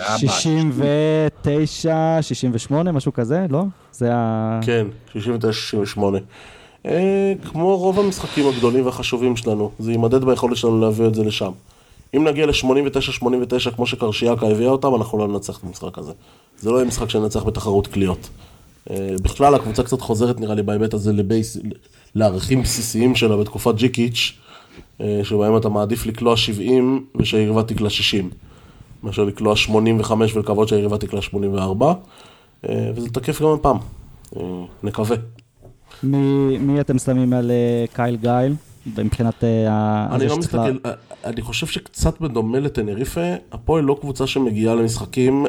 69, 68, משהו כזה, לא? זה כן, 69, 68. כמו רוב המשחקים הגדולים והחשובים שלנו, זה יימדד ביכולת שלנו להביא את זה לשם. אם נגיע ל-89-89, כמו שקרשיאקה הביאה אותם, אנחנו לא ננצח את המשחק הזה. זה לא יהיה משחק שננצח בתחרות קליות. בכלל, הקבוצה קצת חוזרת, נראה לי, בהיבט הזה לערכים בסיסיים שלה בתקופת ג'יקיץ', שבהם אתה מעדיף לקלוע 70 ושהיריבה תקלע 60. מאשר לקלוע 85 ולקוות שהיריבה תקלע 84. וזה תקף גם הפעם. נקווה. מי אתם שמים על קייל גייל? מבחינת אני לא מסתכל, אני חושב שקצת בדומה לטנריפה, הפועל לא קבוצה שמגיעה למשחקים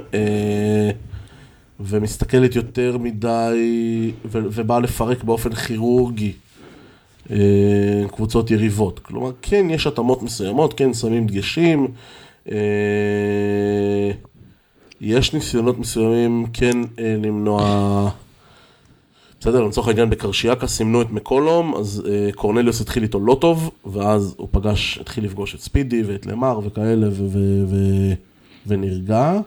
ומסתכלת יותר מדי ובאה לפרק באופן כירורגי קבוצות יריבות. כלומר, כן, יש התאמות מסוימות, כן, שמים דגשים, יש ניסיונות מסוימים, כן, למנוע... בסדר, למצוא העניין בקרשיאקה, סימנו את מקולום, אז קורנליוס התחיל איתו לא טוב, ואז הוא התחיל לפגוש את ספידי ואת למר וכאלה, ונרגע.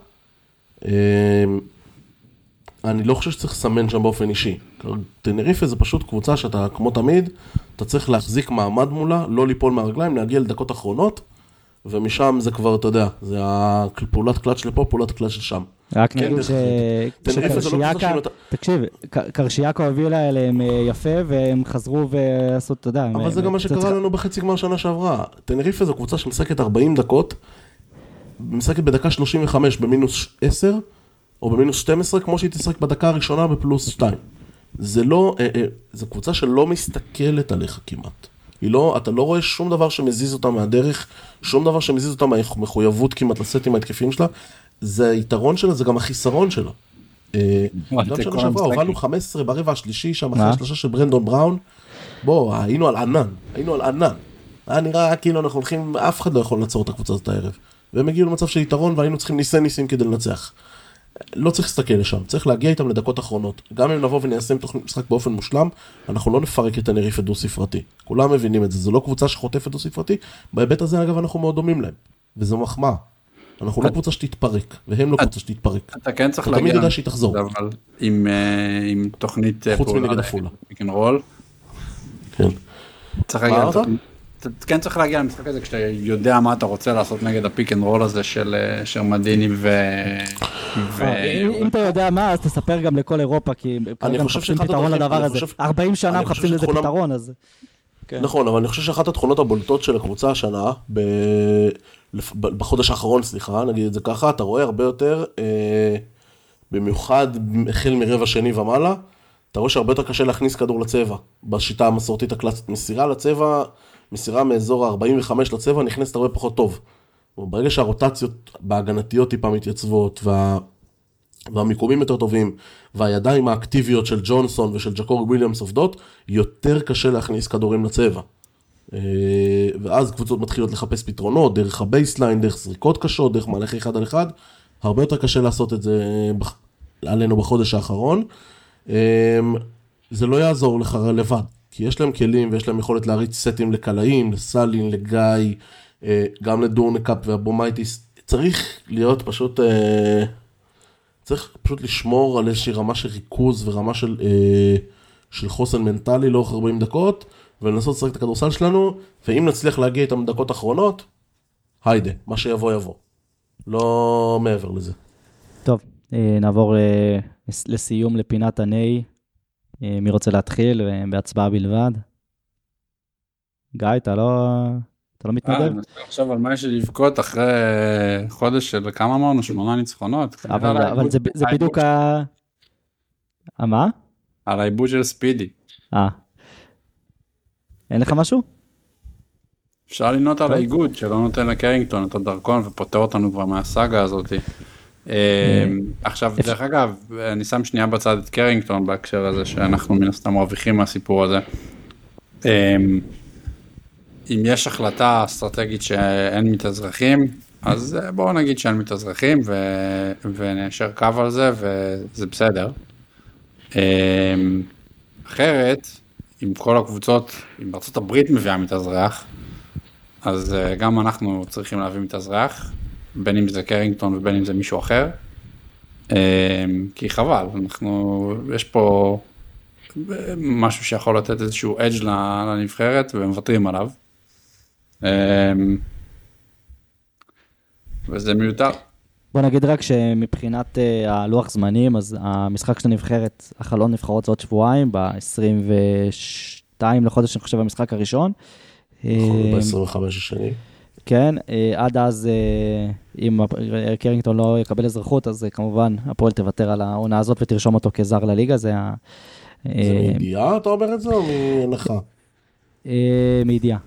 אני לא חושב שצריך לסמן שם באופן אישי. טנריפה זה פשוט קבוצה שאתה, כמו תמיד, אתה צריך להחזיק מעמד מולה, לא ליפול מהרגליים, להגיע לדקות אחרונות, ומשם זה כבר, אתה יודע, זה פעולת קלאץ' לפה, פעולת קלאץ' לשם. רק נגיד שקרשיאקה, תקשיב, קרשיאקה הובילה אליהם יפה, והם חזרו ועשו, אתה יודע. אבל זה גם מה שקרה לנו בחצי גמר שנה שעברה. טנריפה זו קבוצה שמשחקת 40 דקות, משחקת בדקה 35 במינוס 10, או במינוס 12, כמו שהיא תשחק בדקה הראשונה בפלוס 2. זה לא, זו קבוצה שלא מסתכלת עליך כמעט. אתה לא רואה שום דבר שמזיז אותה מהדרך, שום דבר שמזיז אותה מהמחויבות כמעט לסטים ההתקפים שלה. זה היתרון שלה, זה גם החיסרון שלה. גם שנה שעברה, הובלנו 15 ברבע השלישי, שם אחרי השלושה של ברנדון בראון. בוא, היינו על ענן. היה נראה כאילו אנחנו הולכים, אף אחד לא יכול לנצור את הקבוצה הזאת הערב. והם הגיעו למצב של יתרון, והיינו צריכים ניסים כדי לנצח. לא צריך להסתכל לשם, צריך להגיע איתם לדקות אחרונות. גם אם נבוא וניישם תוכנית משחק באופן מושלם, אנחנו לא נפרק את טנריפה דו-ספרתי. כולם מבינים את זה, זו לא קבוצה שחוטפת דו-ספרתי, בהיבט הזה אגב אנחנו מאוד דומים להם, וזו מחמאה. אנחנו לא קבוצה שתתפרק, והם לא קבוצה שתתפרק. אתה כן צריך להגיע, תמיד יודע שהיא תחזור. עם תוכנית חוץ מנגד הפעולה. פיק אנד רול. כן. אתה כן צריך להגיע למשחק הזה כשאתה יודע מה אתה רוצה לעשות נגד הפיק אנד רול הזה של מדיני אם אתה יודע מה, אז תספר גם לכל אירופה, כי כרגע מחפשים פתרון לדבר הזה. 40 שנה מחפשים לזה פתרון, אז... נכון, אבל אני חושב שאחת התכונות הבולטות של הקבוצה השנה, בחודש האחרון, סליחה, נגיד את זה ככה, אתה רואה הרבה יותר, במיוחד החל מרבע שני ומעלה, אתה רואה שהרבה יותר קשה להכניס כדור לצבע, בשיטה המסורתית הקלאסית. מסירה מאזור ה-45 לצבע נכנסת הרבה פחות טוב. ברגע שהרוטציות בהגנתיות טיפה מתייצבות, והמיקומים יותר טובים, והידיים האקטיביות של ג'ונסון ושל ג'קורי וויליאמס עובדות, יותר קשה להכניס כדורים לצבע. ואז קבוצות מתחילות לחפש פתרונות, דרך הבייסליין, דרך זריקות קשות, דרך מהלכי אחד על אחד. הרבה יותר קשה לעשות את זה עלינו בחודש האחרון. זה לא יעזור לך לבד, כי יש להם כלים ויש להם יכולת להריץ סטים לקלעים, לסלין, לגיא, גם לדורנקאפ והבומייטיס. צריך להיות פשוט... צריך פשוט לשמור על איזושהי רמה של ריכוז ורמה של חוסן מנטלי לאורך 40 דקות, ולנסות לשחק את הכדורסל שלנו, ואם נצליח להגיע איתם דקות אחרונות, היידה, מה שיבוא יבוא. לא מעבר לזה. טוב, נעבור לסיום לפינת הנאי. מי רוצה להתחיל בהצבעה בלבד? גיא, אתה לא מתנדב? אני רוצה לחשוב על מה יש לי לבכות אחרי חודש של כמה אמרנו? 8 ניצחונות. אבל זה בדיוק מה? על העיבוד של ספידי. אין לך משהו? אפשר לנות על האיגוד שלא נותן לקרינגטון את הדרכון ופותר אותנו כבר מהסאגה הזאת. עכשיו, דרך אגב, אני שם שנייה בצד את קרינגטון בהקשר הזה שאנחנו מן הסתם מרוויחים מהסיפור הזה. אם יש החלטה אסטרטגית שאין מתאזרחים, אז בואו נגיד שאין מתאזרחים ונאשר קו על זה וזה בסדר. אחרת, אם כל הקבוצות, אם בארצות הברית מביאה מתאזרח, אז גם אנחנו צריכים להביא מתאזרח, בין אם זה קרינגטון ובין אם זה מישהו אחר, כי חבל, יש פה משהו שיכול לתת איזשהו אדג' לנבחרת ומוותרים עליו, וזה מיותר. בוא נגיד רק שמבחינת הלוח זמנים, אז המשחק של הנבחרת, החלון נבחרות זה עוד שבועיים, ב-22 לחודש, אני חושב, המשחק הראשון. ב-25 השני. כן, עד אז, אם קרינגטון לא יקבל אזרחות, אז כמובן, הפועל תוותר על העונה הזאת ותרשום אותו כזר לליגה, זה מידיעה, אתה אומר את זה, או מהנחה? מידיעה.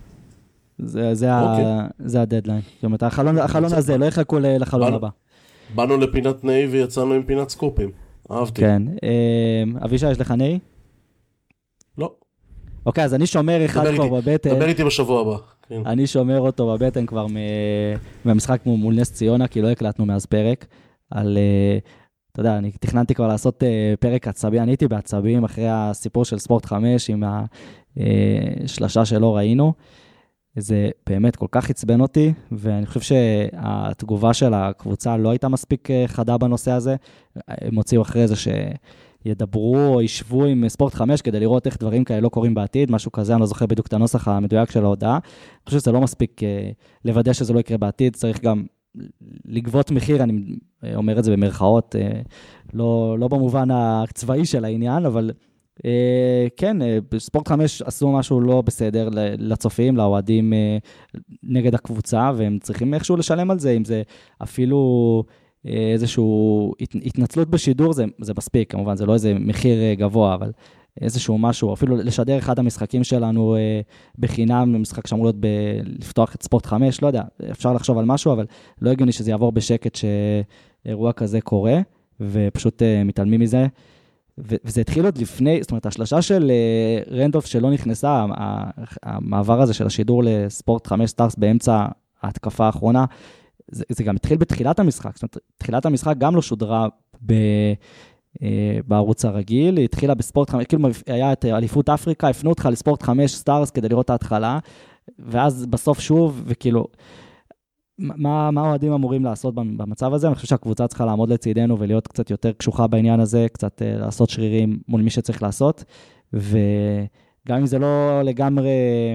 זה הדדליין. זאת אומרת, החלון הזה, לא יחכו לחלון הבא. באנו לפינת נאי ויצאנו עם פינת סקופים. אהבתי. כן. אבישי, יש לך נאי? לא. אוקיי, אז אני שומר אחד כבר בבטן. דבר איתי בשבוע הבא. אני שומר אותו בבטן כבר מהמשחק מול נס ציונה, כי לא הקלטנו מאז פרק. אתה יודע, אני תכננתי כבר לעשות פרק עצבי, אני הייתי בעצבים אחרי הסיפור של ספורט 5 עם השלשה שלא ראינו. זה באמת כל כך עצבן אותי, ואני חושב שהתגובה של הקבוצה לא הייתה מספיק חדה בנושא הזה. הם הוציאו אחרי זה שידברו או ישבו עם ספורט 5 כדי לראות איך דברים כאלה לא קורים בעתיד, משהו כזה, אני לא זוכר בדיוק את הנוסח המדויק של ההודעה. אני חושב שזה לא מספיק לוודא שזה לא יקרה בעתיד, צריך גם לגבות מחיר, אני אומר את זה במרכאות, לא במובן הצבאי של העניין, אבל כן, בספורט 5 עשו משהו לא בסדר לצופים, לאוהדים נגד הקבוצה, והם צריכים איכשהו לשלם על זה, אם זה אפילו איזשהו התנצלות בשידור, זה מספיק, כמובן, זה לא איזה מחיר גבוה, אבל איזשהו משהו, אפילו לשדר אחד המשחקים שלנו בחינם, משחק שאמור להיות לפתוח את ספורט 5, לא יודע, אפשר לחשוב על משהו, אבל לא הגיוני שזה יעבור בשקט שאירוע כזה קורה, ופשוט מתעלמים מזה. וזה התחיל עוד לפני, זאת אומרת, השלשה של רנדולף שלא נכנסה, המעבר הזה של השידור לספורט 5 סטארס באמצע ההתקפה האחרונה, זה גם התחיל בתחילת המשחק, זאת אומרת, תחילת המשחק גם לא שודרה בערוץ הרגיל, היא התחילה בספורט 5, כאילו היה את אליפות אפריקה, הפנו אותך לספורט 5 סטארס כדי לראות את ההתחלה, ואז בסוף שוב, וכאילו, מה האוהדים אמורים לעשות במצב הזה? אני חושב שהקבוצה צריכה לעמוד לצידנו ולהיות קצת יותר קשוחה בעניין הזה, קצת לעשות שרירים מול מי שצריך לעשות, וגם אם זה לא לגמרי,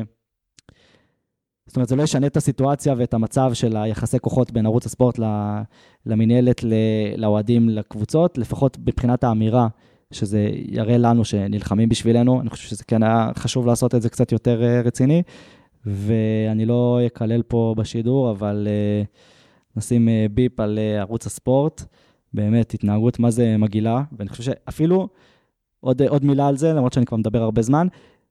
זאת אומרת, זה לא ישנה את הסיטואציה ואת המצב של היחסי כוחות בין ערוץ הספורט למנהלת, לאוהדים, לקבוצות, לפחות מבחינת האמירה, שזה יראה לנו שנלחמים בשבילנו, אני חושב שזה כן היה חשוב לעשות את זה קצת יותר רציני, ואני לא אקלל פה בשידור, אבל נשים ביפ על ערוץ הספורט, באמת התנהגות מה זה מגילה, ואני חושב שאפילו עוד מילה על זה, למרות שאני כבר מדבר הרבה זמן,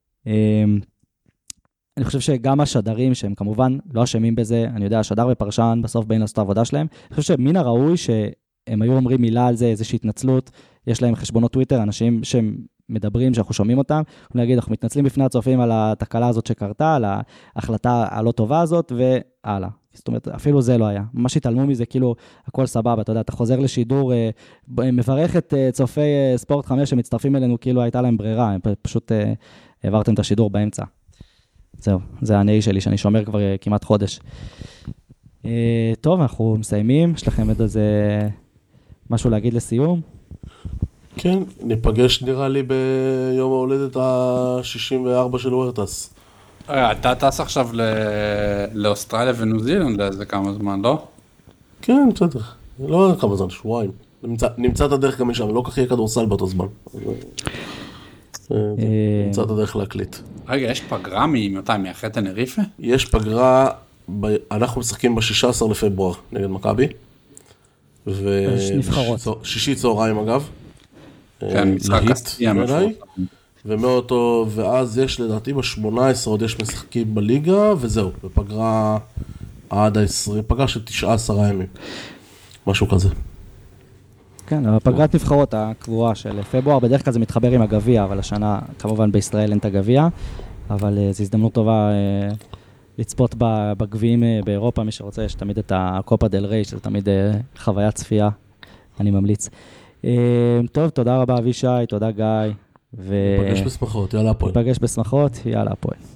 אני חושב שגם השדרים שהם כמובן לא אשמים בזה, אני יודע, השדר ופרשן בסוף בין לעשות העבודה שלהם, אני חושב שמן הראוי שהם היו אומרים מילה על זה, איזושהי התנצלות, יש להם חשבונות טוויטר, אנשים שהם מדברים, שאנחנו שומעים אותם, אנחנו נגיד, אנחנו מתנצלים בפני הצופים על התקלה הזאת שקרתה, על ההחלטה הלא טובה הזאת, והלאה. זאת אומרת, אפילו זה לא היה. ממש התעלמו מזה, כאילו, הכל סבבה, אתה יודע, אתה חוזר לשידור, מברך את צופי ספורט 5 שמצטרפים אלינו, כאילו הייתה להם ברירה, הם פשוט העברתם את השידור באמצע. זהו, זה הנאי שלי, שאני שומר כבר כמעט חודש. טוב, אנחנו מסיימים, יש לכם את איזה משהו להגיד לסיום? כן, ניפגש נראה לי ביום ההולדת ה-64 של וורטס. אתה טס עכשיו לאוסטרליה וניו זילנד לאיזה כמה זמן, לא? כן, בסדר. לא כמה זמן, שבועיים. נמצא את הדרך גם משם, לא כך יהיה כדורסל באותו זמן. נמצא את הדרך להקליט. רגע, יש פגרה מאחרי תנריפה? יש פגרה, אנחנו משחקים ב-16 לפברואר נגד מכבי. נבחרות. שישי צהריים אגב. כן, משחק הסטיה ומאותו, ואז יש לדעתי ב-18 עוד יש משחקים בליגה, וזהו, בפגרה עד ה-20, פגרה של 19 ימים. משהו כזה. כן, הפגרת נבחרות הקבועה של פברואר, בדרך כלל זה מתחבר עם הגביע, אבל השנה כמובן בישראל אין את הגביע, אבל זו הזדמנות טובה לצפות בגביעים באירופה, מי שרוצה, יש תמיד את הקופה דל ריי, שזה תמיד חוויית צפייה, אני ממליץ. טוב, תודה רבה אבישי, תודה גיא. נפגש בשמחות, יאללה הפועל. נפגש בשמחות, יאללה הפועל.